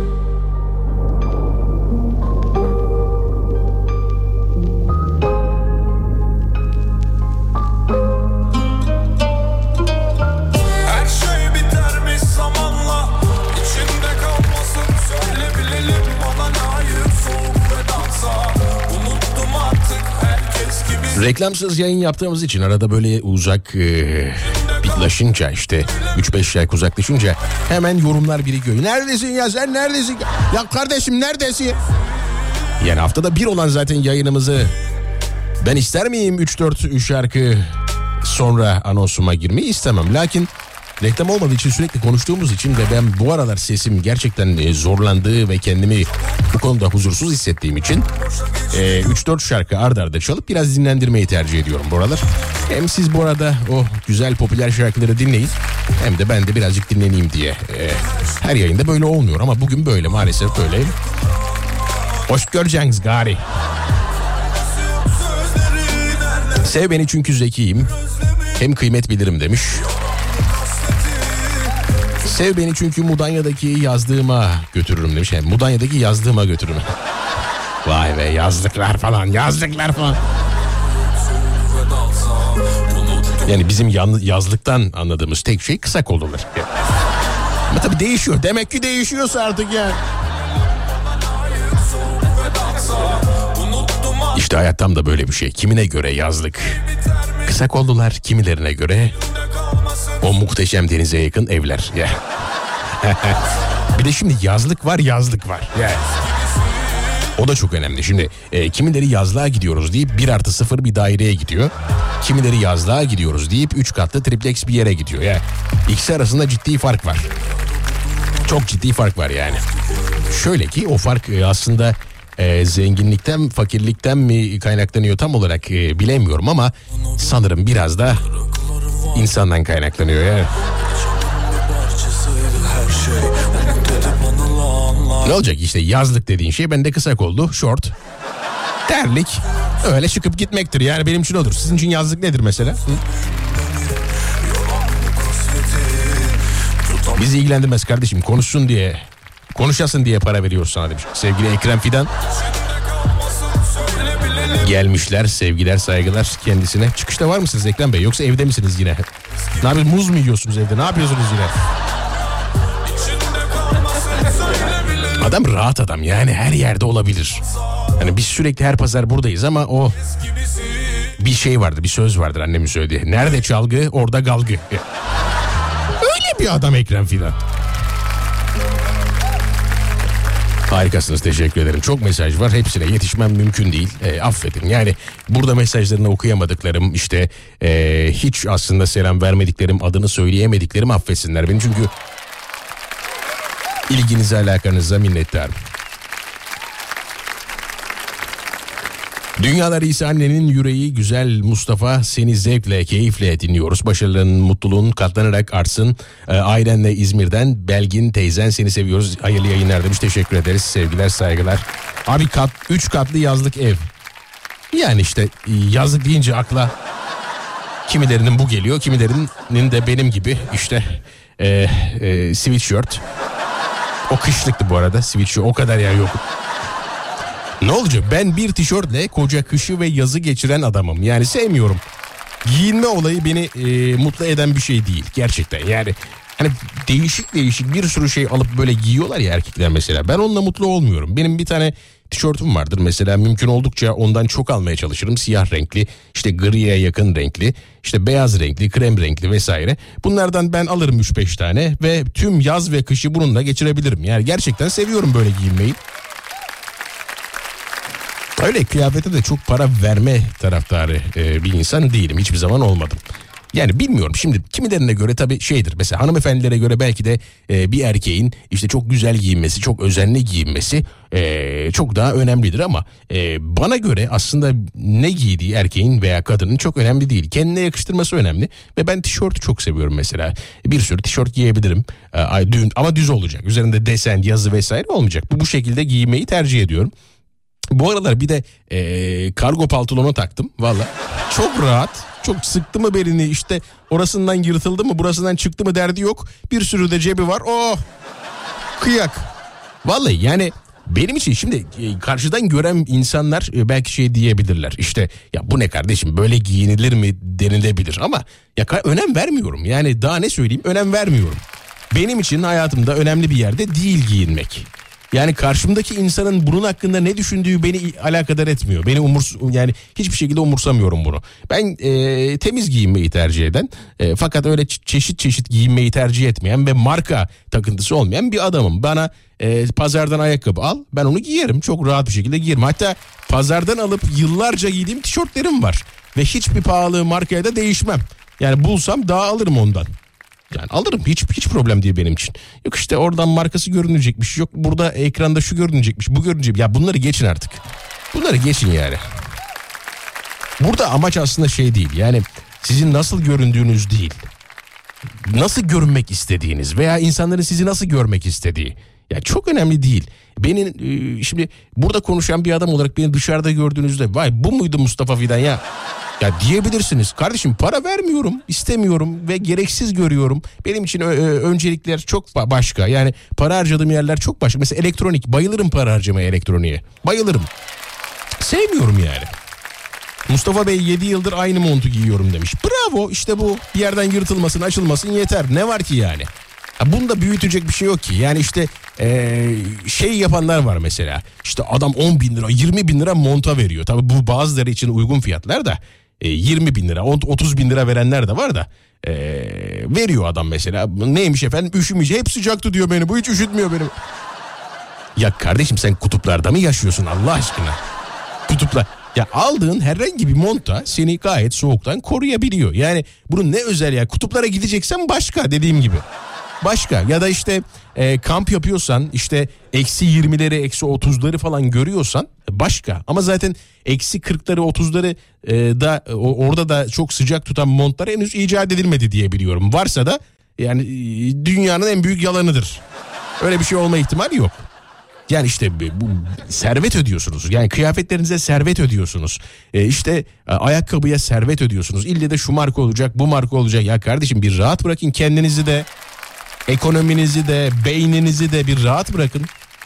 Her şey bitermiş zamanla, içinde kalmasın söyle bilelim, bana layık soğuk ve dansa. Unuttum artık herkes gibi. Reklamsız yayın yaptığımız için arada böyle uzak e, bitlaşınca işte üç beş ay uzaklaşınca hemen yorumlar birikiyor. Neredesin ya, sen neredesin? Ya kardeşim neredesin? Yani haftada bir olan zaten yayınımızı ben ister miyim üç dört şarkı sonra anonsuma girmeyi istemem. Lakin reklam olmadığı için, sürekli konuştuğumuz için ve ben bu aralar sesim gerçekten e, zorlandığı ve kendimi bu konuda huzursuz hissettiğim için e, üç dört şarkı arda arda çalıp biraz dinlendirmeyi tercih ediyorum bu aralar. Hem siz bu arada o güzel popüler şarkıları dinleyin, hem de ben de birazcık dinleneyim diye. E, her yayında böyle olmuyor ama bugün böyle, maalesef böyle. Hoş göreceksiniz gari. Sev beni çünkü zekiyim, hem kıymet bilirim demiş. Sev beni çünkü Mudanya'daki yazdığıma götürürüm demiş. Yani Mudanya'daki yazdığıma götürürüm. Vay be, yazlıklar falan, yazlıklar falan. Yani bizim yan, yazlıktan anladığımız tek şey kısa kollular. Ama tabii değişiyor. Demek ki değişiyorsa artık ya. İşte hayat tam da böyle bir şey. Kimine göre yazlık kısa kollular, kimilerine göre o muhteşem denize yakın evler. Ya. Bir de şimdi yazlık var, yazlık var. Ya. O da çok önemli. Şimdi e, kimileri yazlığa gidiyoruz deyip bir artı sıfır bir daireye gidiyor. Kimileri yazlığa gidiyoruz deyip üç katlı triplex bir yere gidiyor. Yani ikisi arasında ciddi fark var. Çok ciddi fark var yani. Şöyle ki o fark e, aslında e, zenginlikten, fakirlikten mi kaynaklanıyor tam olarak e, bilemiyorum ama sanırım biraz da insandan kaynaklanıyor yani. Ne olacak işte yazlık dediğin şey bende kısa kollu, şort, terlik, öyle çıkıp gitmektir. Yani benim için odur. Sizin için yazlık nedir mesela? Hı? Bizi ilgilendirmez kardeşim, konuşsun diye, konuşasın diye para veriyoruz sana demiş. Sevgili Ekrem Fidan. Gelmişler, sevgiler, saygılar kendisine. Çıkışta var mısınız Ekrem Bey, yoksa evde misiniz yine? Ne yapıyorsunuz, muz mu yiyorsunuz evde, ne yapıyorsunuz yine? Adam rahat adam yani, her yerde olabilir. Hani biz sürekli her pazar buradayız ama o bir şey vardır, bir söz vardır annemin söylediği. Nerede çalgı orada galgı. Öyle bir adam Ekrem Fidan. Harikasınız, teşekkür ederim. Çok mesaj var, hepsine yetişmem mümkün değil. E, affedin yani burada mesajlarını okuyamadıklarım, işte e, hiç aslında selam vermediklerim, adını söyleyemediklerim affetsinler beni. Çünkü ilginize, alakanıza minnettarım. Dünyalar iyisi annenin yüreği güzel Mustafa, seni zevkle, keyifle dinliyoruz. Başarıların, mutluluğun katlanarak artsın. E, ailenle İzmir'den Belgin teyzen, seni seviyoruz. Hayırlı yayınlar demiş, teşekkür ederiz. Sevgiler, saygılar. Abi kat, üç katlı yazlık ev. Yani işte yazlık deyince akla kimilerinin bu geliyor, kimilerinin de benim gibi işte e, e, sweatshirt. O kışlıktı bu arada, sweatshirt o kadar ya yok. Ne olacak? Ben bir tişörtle koca kışı ve yazı geçiren adamım. Yani sevmiyorum. Giyinme olayı beni e, mutlu eden bir şey değil. Gerçekten yani. Hani değişik değişik bir sürü şey alıp böyle giyiyorlar ya erkekler mesela. Ben onunla mutlu olmuyorum. Benim bir tane tişörtüm vardır mesela. Mümkün oldukça ondan çok almaya çalışırım. Siyah renkli, işte griye yakın renkli, işte beyaz renkli, krem renkli vesaire. Bunlardan ben alırım üç beş tane ve tüm yaz ve kışı bununla geçirebilirim. Yani gerçekten seviyorum böyle giyinmeyi. Öyle kıyafete de çok para verme taraftarı e, bir insan değilim. Hiçbir zaman olmadım. Yani bilmiyorum, şimdi kimilerine göre tabii şeydir. Mesela hanımefendilere göre belki de e, bir erkeğin işte çok güzel giyinmesi, çok özenli giyinmesi e, çok daha önemlidir. Ama e, bana göre aslında ne giydiği erkeğin veya kadının çok önemli değil. Kendine yakıştırması önemli. Ve ben tişörtü çok seviyorum mesela. Bir sürü tişört giyebilirim. E, düğün, ama düz olacak. Üzerinde desen, yazı vesaire olmayacak. Bu, bu şekilde giymeyi tercih ediyorum. Bu aralar bir de e, kargo pantolonu taktım valla. Çok rahat. Çok sıktı mı belini, işte orasından yırtıldı mı burasından çıktı mı derdi yok. Bir sürü de cebi var. Oh kıyak. Vallahi yani benim için şimdi e, karşıdan gören insanlar e, belki şey diyebilirler. İşte ya bu ne kardeşim, böyle giyinilir mi denilebilir. Ama ya önem vermiyorum. Yani daha ne söyleyeyim, önem vermiyorum. Benim için hayatımda önemli bir yerde değil giyinmek. Yani karşımdaki insanın bunun hakkında ne düşündüğü beni alakadar etmiyor. Beni umurs yani hiçbir şekilde umursamıyorum bunu. Ben e, temiz giyinmeyi tercih eden e, fakat öyle çeşit çeşit giyinmeyi tercih etmeyen ve marka takıntısı olmayan bir adamım. Bana e, pazardan ayakkabı al, ben onu giyerim, çok rahat bir şekilde giyerim. Hatta pazardan alıp yıllarca giydiğim tişörtlerim var ve hiçbir pahalı markaya da değişmem. Yani bulsam daha alırım ondan. Yani alırım, hiç hiç problem değil benim için. Yok işte oradan markası görünecekmiş, yok burada ekranda şu görünecekmiş, bu görünecek. Ya bunları geçin artık. Bunları geçin yani. Burada amaç aslında şey değil. Yani sizin nasıl göründüğünüz değil. Nasıl görünmek istediğiniz veya insanların sizi nasıl görmek istediği. Ya çok önemli değil. Beni şimdi burada konuşan bir adam olarak beni dışarıda gördüğünüzde vay bu muydu Mustafa Fidan ya? Ya diyebilirsiniz. Kardeşim para vermiyorum, istemiyorum ve gereksiz görüyorum. Benim için ö- öncelikler çok başka. Yani para harcadığım yerler çok başka. Mesela elektronik. Bayılırım para harcamaya, elektroniğe. Bayılırım. Sevmiyorum yani. Mustafa Bey yedi yıldır aynı montu giyiyorum demiş. Bravo, işte bu. Bir yerden yırtılmasın, açılmasın yeter. Ne var ki yani? Ya bunda büyütecek bir şey yok ki. Yani işte ee, şey yapanlar var mesela. İşte adam on bin lira, yirmi bin lira monta veriyor. Tabii bu bazıları için uygun fiyatlar da. yirmi bin lira, otuz bin lira verenler de var da e, veriyor adam mesela. Neymiş efendim, üşümüş, hep sıcaktı diyor beni, bu hiç üşütmüyor beni. Ya kardeşim sen kutuplarda mı yaşıyorsun Allah aşkına? Kutuplar. Ya aldığın herhangi bir monta seni gayet soğuktan koruyabiliyor. Yani bunun ne özel ya? Kutuplara gideceksen başka, dediğim gibi. Başka ya da işte e, kamp yapıyorsan işte eksi yirmileri eksi otuzları falan görüyorsan başka. Ama zaten eksi kırkları otuzları e, da o, orada da çok sıcak tutan montlar henüz icat edilmedi diye biliyorum. Varsa da yani e, dünyanın en büyük yalanıdır. Öyle bir şey olma ihtimali yok. Yani işte bu servet ödüyorsunuz. Yani kıyafetlerinize servet ödüyorsunuz. E işte ayakkabıya servet ödüyorsunuz. İlle de şu marka olacak, bu marka olacak. Ya kardeşim bir rahat bırakın kendinizi de, ekonominizi de, beyninizi de bir rahat bırakın.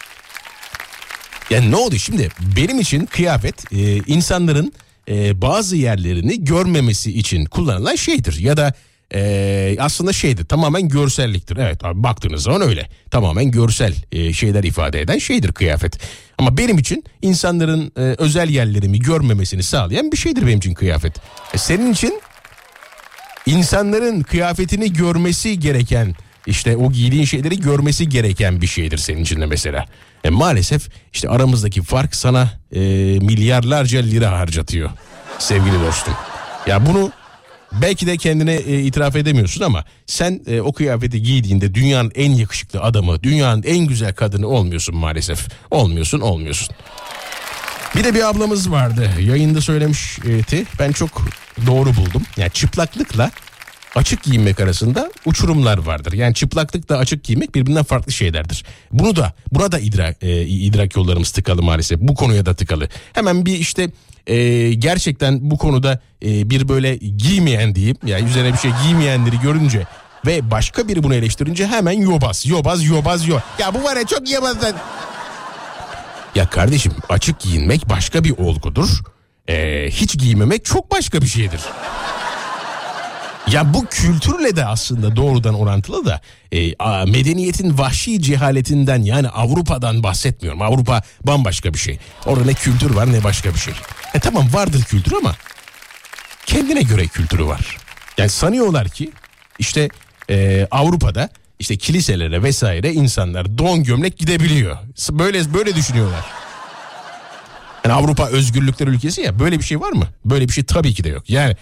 Yani ne oldu şimdi? Benim için kıyafet e, insanların e, bazı yerlerini görmemesi için kullanılan şeydir. Ya da e, aslında şeydir, tamamen görselliktir. Evet abi, baktığınız zaman öyle. Tamamen görsel e, şeyler ifade eden şeydir kıyafet. Ama benim için insanların e, özel yerlerimi görmemesini sağlayan bir şeydir benim için kıyafet. E, senin için insanların kıyafetini görmesi gereken, İşte o giydiğin şeyleri görmesi gereken bir şeydir senin için de mesela. E maalesef işte aramızdaki fark sana e, milyarlarca lira harcatıyor sevgili dostum. Ya bunu belki de kendine e, itiraf edemiyorsun ama sen e, o kıyafeti giydiğinde dünyanın en yakışıklı adamı, dünyanın en güzel kadını olmuyorsun maalesef. Olmuyorsun, olmuyorsun. Bir de bir ablamız vardı, yayında söylemişti, ben çok doğru buldum. Yani çıplaklıkla açık giyinmek arasında uçurumlar vardır. Yani çıplaklıkla açık giymek birbirinden farklı şeylerdir. Bunu da buna da idrak, e, idrak yollarımız tıkalı maalesef. Bu konuya da tıkalı. Hemen bir işte e, gerçekten bu konuda e, bir böyle giymeyen diyeyim, yani üzerine bir şey giymeyenleri görünce ve başka biri bunu eleştirince hemen yobaz, yobaz, yobaz, yobaz. Ya bu var ya, çok yobazdan. Ya kardeşim, açık giyinmek başka bir olgudur. E, hiç giymemek çok başka bir şeydir. Ya bu kültürle de aslında doğrudan orantılı da e, a, medeniyetin vahşi cehaletinden, yani Avrupa'dan bahsetmiyorum. Avrupa bambaşka bir şey. Orada ne kültür var ne başka bir şey. E tamam, vardır kültür ama kendine göre kültürü var. Yani sanıyorlar ki işte e, Avrupa'da işte kiliselere vesaire insanlar don gömlek gidebiliyor. Böyle böyle düşünüyorlar. Yani Avrupa özgürlükler ülkesi ya, böyle bir şey var mı? Böyle bir şey tabii ki de yok. Yani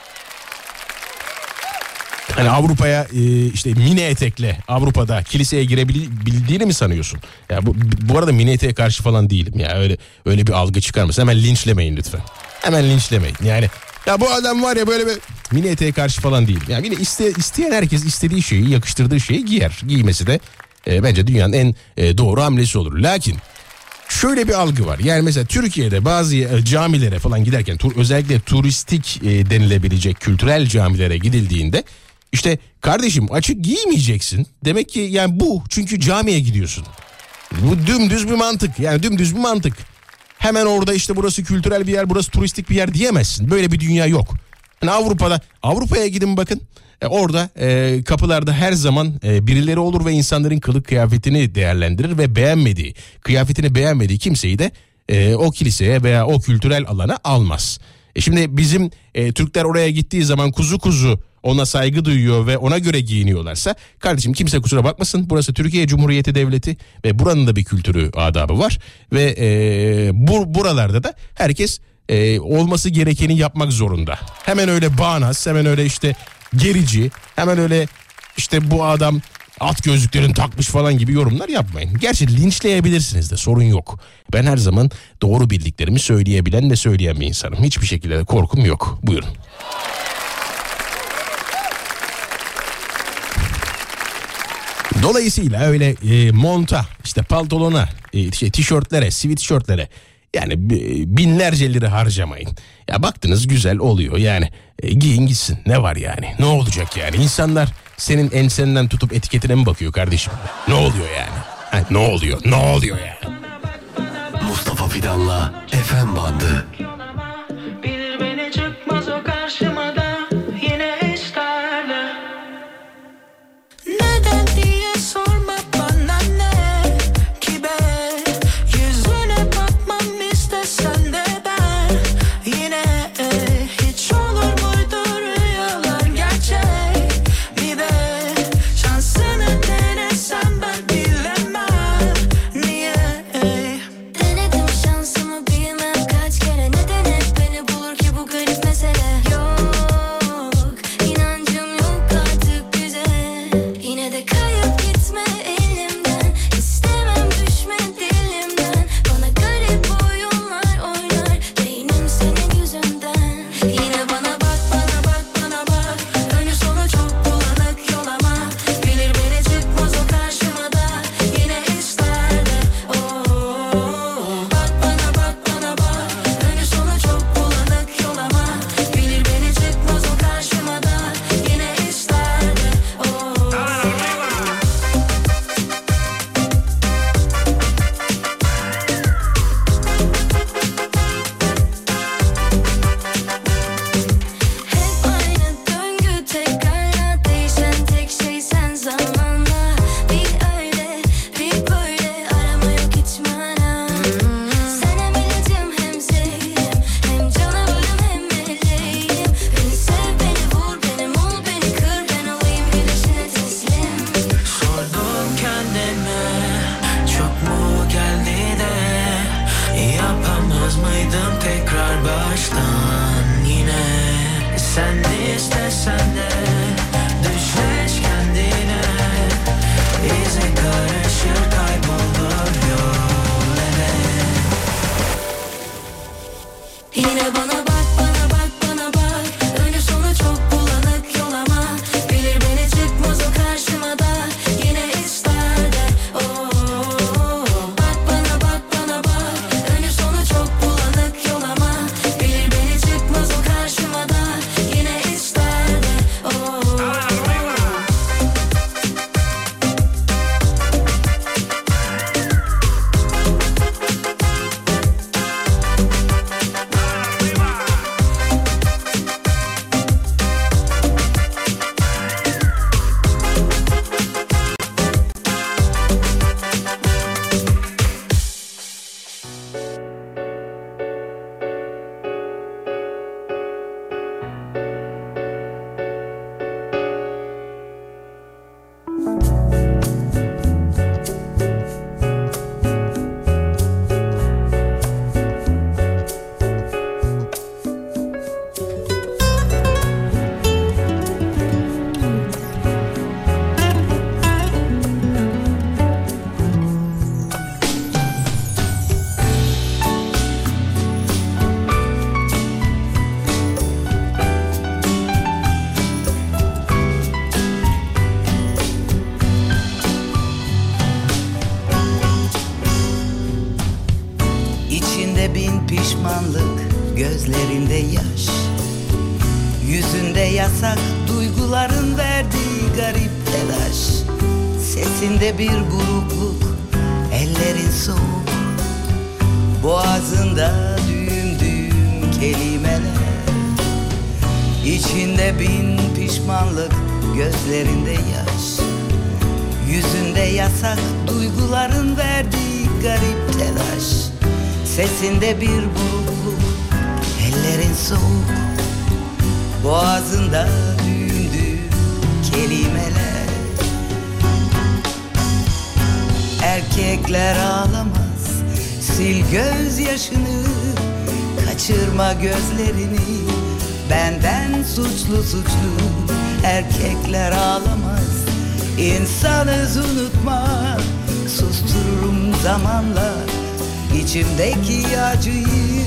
Hani Avrupa'ya e, işte mini etekle Avrupa'da kiliseye girebildiğini mi sanıyorsun? Ya bu, bu arada mini eteğe karşı falan değilim ya, öyle öyle bir algı çıkarmasın. Hemen linçlemeyin lütfen. Hemen linçlemeyin. Yani ya bu adam var ya böyle bir mini eteğe karşı falan değilim. Yani yine iste, isteyen herkes istediği şeyi, yakıştırdığı şeyi giyer. Giymesi de e, bence dünyanın en e, doğru hamlesi olur. Lakin şöyle bir algı var. Yani mesela Türkiye'de bazı e, camilere falan giderken, tur, özellikle turistik e, denilebilecek kültürel camilere gidildiğinde İşte kardeşim açık giymeyeceksin. Demek ki yani bu, çünkü camiye gidiyorsun. Bu dümdüz bir mantık. Yani dümdüz bir mantık. Hemen orada işte burası kültürel bir yer, burası turistik bir yer diyemezsin. Böyle bir dünya yok. Yani Avrupa'da, Avrupa'ya gidin bakın. E orada e, kapılarda her zaman e, birileri olur ve insanların kılık kıyafetini değerlendirir ve beğenmediği, kıyafetini beğenmediği kimseyi de e, o kiliseye veya o kültürel alana almaz. E şimdi bizim e, Türkler oraya gittiği zaman kuzu kuzu ona saygı duyuyor ve ona göre giyiniyorlarsa, kardeşim kimse kusura bakmasın, burası Türkiye Cumhuriyeti Devleti ve buranın da bir kültürü, adabı var ve e, bu buralarda da herkes e, olması gerekeni yapmak zorunda. Hemen öyle bağnaz, hemen öyle işte gerici, hemen öyle işte bu adam at gözlüklerini takmış falan gibi yorumlar yapmayın. Gerçi linçleyebilirsiniz de, sorun yok. Ben her zaman doğru bildiklerimi söyleyebilen ve söyleyen bir insanım. Hiçbir şekilde de korkum yok. Buyurun. Dolayısıyla öyle e, monta, işte pantolona, e, şey, tişörtlere, sweatshirtlere yani binlerce lira harcamayın. Ya baktınız güzel oluyor yani, e, giyin gitsin, ne var yani, ne olacak yani? İnsanlar senin ensenden tutup etiketine mi bakıyor kardeşim? Ne oluyor yani? Ha, ne oluyor? Ne oluyor yani? Mustafa Fidan'la F M Bandı. Bilir beni, çıkmaz o karşıma da yine isterler. Neden diye sorma bana, ne ki be, yüzüne bakmam istesen de ben yine e, hiç olur muydu rüyalar gerçek mi be, şansını denesem ben bilemem niye Yine bana bak, bana bak, bana bak. Önü sonu çok bulanık yol ama bilir beni çıkmaz o karşıma da. Yine ister de oh. Bak bana bak, bana bak. Önü sonu çok bulanık yol ama bilir beni çıkmaz o karşıma da. Yine ister de oh. İçinde bin pişmanlık, gözlerinde yaş. Yüzünde yasak, duyguların verdiği garip telaş. Sesinde bir burukluk, ellerin soğuk. Boğazında düğüm düğüm kelimeler. İçinde bin pişmanlık, gözlerinde yaş. Yüzünde yasak, duyguların verdiği garip telaş. Sesinde bir burukluk, ellerin soğuk. Boğazında düğüm düğüm kelimeler. Erkekler ağlamaz, sil gözyaşını. Kaçırma gözlerini, benden suçlu suçlu. Erkekler ağlamaz, insanız unutma. Sustururum zamanla İçimdeki acıyı.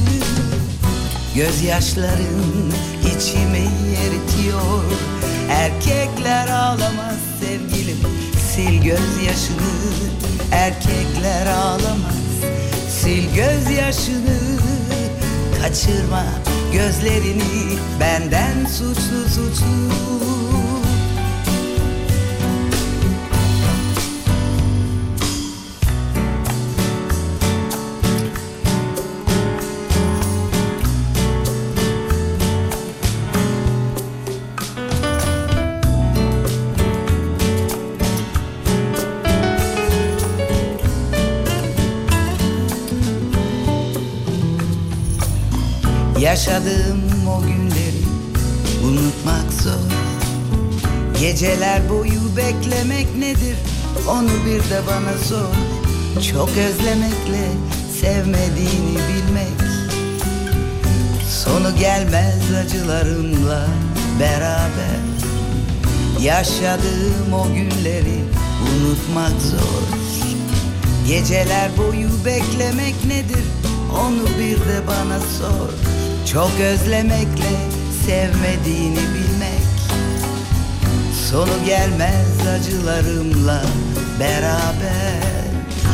Gözyaşların içimi eritiyor. Erkekler ağlamaz sevgilim, sil gözyaşını. Erkekler ağlamaz, sil gözyaşını. Kaçırma gözlerini, benden suçlu suçlu. Yaşadığım o günleri unutmak zor. Geceler boyu beklemek nedir? Onu bir de bana sor. Çok özlemekle sevmediğini bilmek. Sonu gelmez acılarımla beraber. Yaşadığım o günleri unutmak zor. Geceler boyu beklemek nedir? Onu bir de bana sor. Çok özlemekle sevmediğini bilmek. Sonu gelmez acılarımla beraber.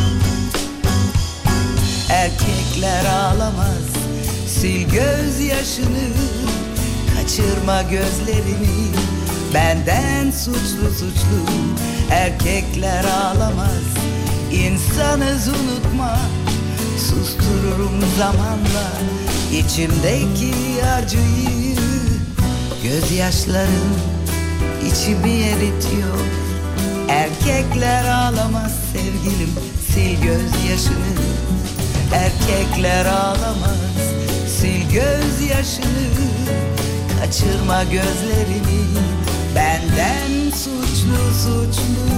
Erkekler ağlamaz, sil gözyaşını. Kaçırma gözlerini, benden suçlu suçlu. Erkekler ağlamaz, insanız unutma. Sustururum zamanla İçimdeki acıyı. Gözyaşların içimi eritiyor. Erkekler ağlamaz sevgilim, sil gözyaşını. Erkekler ağlamaz, sil gözyaşını. Kaçırma gözlerini, benden suçlu suçlu.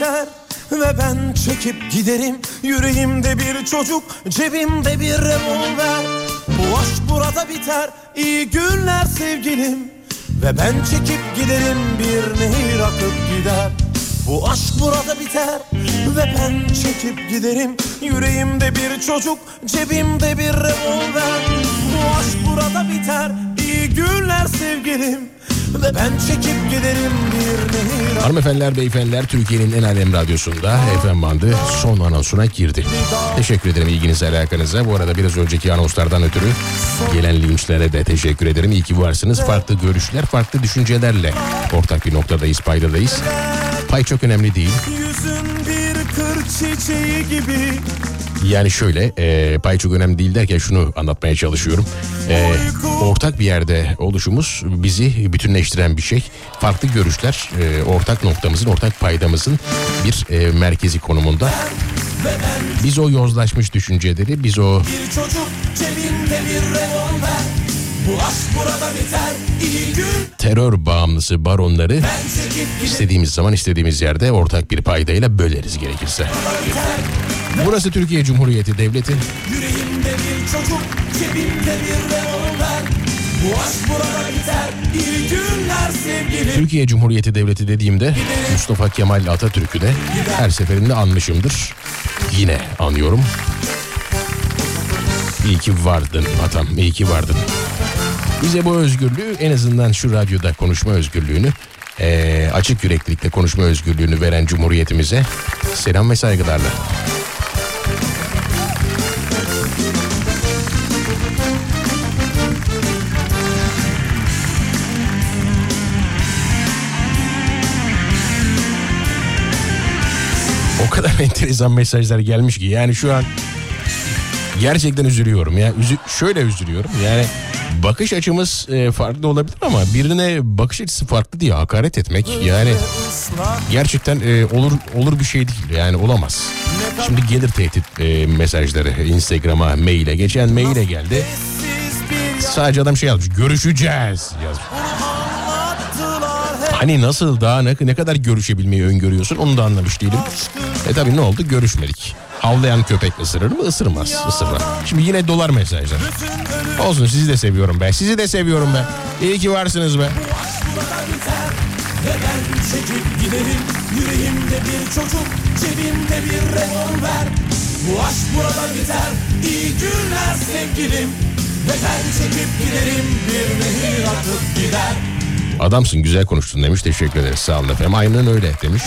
biter ve ben çekip giderim. Yüreğimde bir çocuk, cebimde bir revolver. Bu aşk burada biter, iyi günler sevgilim. Ve ben çekip giderim, bir nehir akıp gider. Bu aşk burada biter ve ben çekip giderim. Yüreğimde bir çocuk, cebimde bir revolver. Bu aşk burada biter, iyi günler sevgilim. Ve ben çekip giderim, bir nehir. Hanımefendiler, beyefendiler, Türkiye'nin en alem radyosunda F M bandı son anonsuna girdi. Teşekkür ederim ilginize, alakanıza. Bu arada biraz önceki anonslardan ötürü gelen linçlere de teşekkür ederim. İyi ki varsınız. Farklı görüşler, farklı düşüncelerle ortak bir noktadayız, paydadayız. Pay çok önemli değil. Yüzün bir kır çiçeği gibi. Yani şöyle, e, pay çok önemli değil derken şunu anlatmaya çalışıyorum. E, ortak bir yerde oluşumuz bizi bütünleştiren bir şey. Farklı görüşler e, ortak noktamızın, ortak paydamızın bir e, merkezi konumunda. Biz o yozlaşmış düşünceleri, biz o Bir çocuk cebinde bir revolver. Bu aşk burada biter, iyi gün. terör bağımlısı baronları istediğimiz zaman, istediğimiz yerde ortak bir paydayla böleriz gerekirse. Burası Türkiye Cumhuriyeti Devleti. Yüreğimde bir çocuk, cebimde bir revolver. Bu aşk burada biter, iyi günler sevgilim. Türkiye Cumhuriyeti Devleti dediğimde Mustafa Kemal Atatürk'ü de her seferinde anmışımdır. Yine anıyorum. İyi ki vardın atam, iyi ki vardın. Bize bu özgürlüğü, en azından şu radyoda konuşma özgürlüğünü, ee, açık yüreklilikle konuşma özgürlüğünü veren Cumhuriyetimize selam ve saygılarla. O kadar enteresan mesajlar gelmiş ki yani şu an gerçekten üzülüyorum ya. Üzü, şöyle üzülüyorum yani, bakış açımız e, farklı olabilir ama birine bakış açısı farklı diye hakaret etmek yani gerçekten e, olur olur bir şey değil yani, olamaz. Şimdi gelir tehdit e, mesajları Instagram'a, maile. Geçen maile geldi. Sadece adam şey yazmış, görüşeceğiz yazmış. Hani nasıl, daha ne, ne kadar görüşebilmeyi öngörüyorsun onu da anlamış değilim. E tabii ne oldu, görüşmedik. Havlayan köpek ısırır mı? Isırmaz, ısırmaz. Şimdi yine dolar mesajlar. Olsun, sizi de seviyorum be. Sizi de seviyorum be. İyi ki varsınız be. Ve ben çekip giderim. Yüreğimde bir çocuk, cebimde bir revolver. Bu aşk burada biter, iyi günler sevgilim. Ve ben çekip giderim, bir nehir akıp gider. Adamsın, güzel konuştun demiş, teşekkür ederiz, sağ olun efendim. Aynen öyle demiş.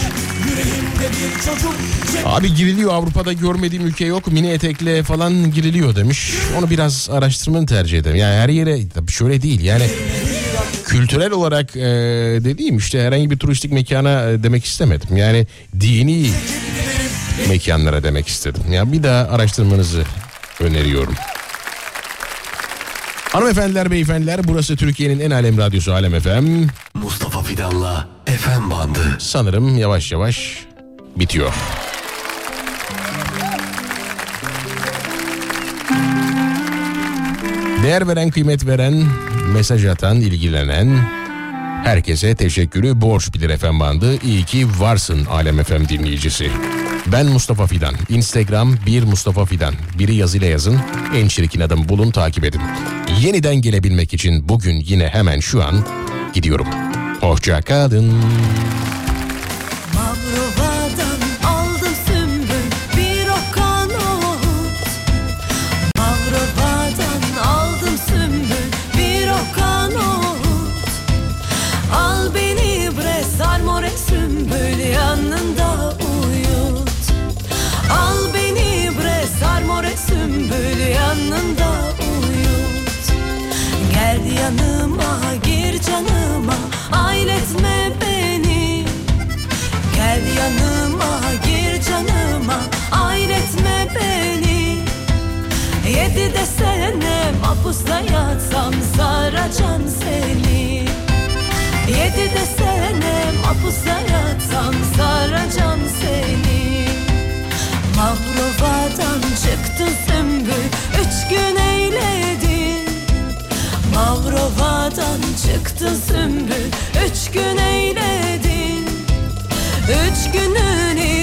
Abi giriliyor, Avrupa'da görmediğim ülke yok, mini etekle falan giriliyor demiş. Onu biraz araştırmanı tercih ederim. Yani her yere tabii şöyle değil yani, kültürel olarak e, dediğim işte herhangi bir turistik mekana e, demek istemedim. Yani dini mekanlara demek istedim. Yani bir daha araştırmanızı öneriyorum. Hanımefendiler, beyefendiler, burası Türkiye'nin en alem radyosu Alem F M. Mustafa Fidan'la F M bandı. Sanırım yavaş yavaş bitiyor. Değer veren, kıymet veren, mesaj atan, ilgilenen herkese teşekkürü borç bilir F M bandı. İyi ki varsın Alem F M dinleyicisi. Ben Mustafa Fidan. Instagram bir Mustafa Fidan. Biri yazıyla yazın. En çirkin adım bulun, takip edin. Yeniden gelebilmek için bugün yine hemen şu an gidiyorum. Hoşça kalın. Mavrova'dan aldım sümbül bir okan oğut. Mavrova'dan aldım sümbül bir okan oğut. Al beni bre sarmore sümbül yanında uyut. Al beni bre sarmore sümbül yanında uyut. Gel yanıma, gir canıma, ailetme beni. Gel yanıma, gir canıma, ailetme beni. Yedi de sene mahpusta yatsam saracağım seni. Yedi de sene mahpusta yatsam saracağım seni. Mavrova'dan çıktın sümbül, üç gün eyledin. Mavrova'dan çıktın sümbül, üç gün eyledin. Üç günün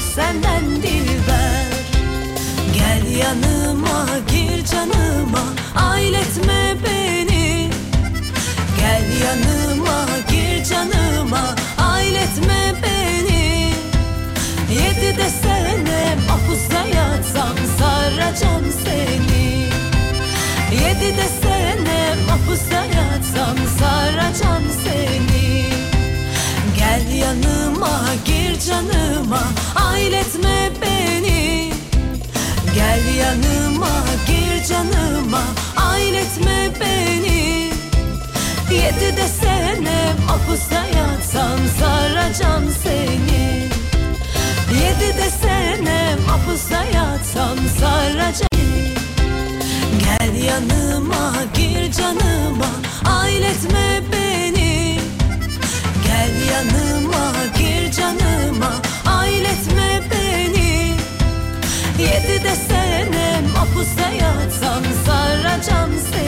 senden dilber. Gel yanıma, gir canıma, ailetme beni. Gel yanıma, gir canıma, ailetme beni. Yedi desene mahpusta yatsam saracağım seni. Yedi desene mahpusta yatsam saracağım seni. Gel yanıma, gir canıma, ailetme beni. Gel yanıma, gir canıma, ailetme beni. Yedi desene mahpusta yatsam saracağım seni. Yedi desene mahpusta yatsam saracağım. Gel yanıma, gir canıma, ailetme beni. Gel yanıma, gir canıma, ailetme beni. Yedi desene mahpusta yatsam saracağım seni.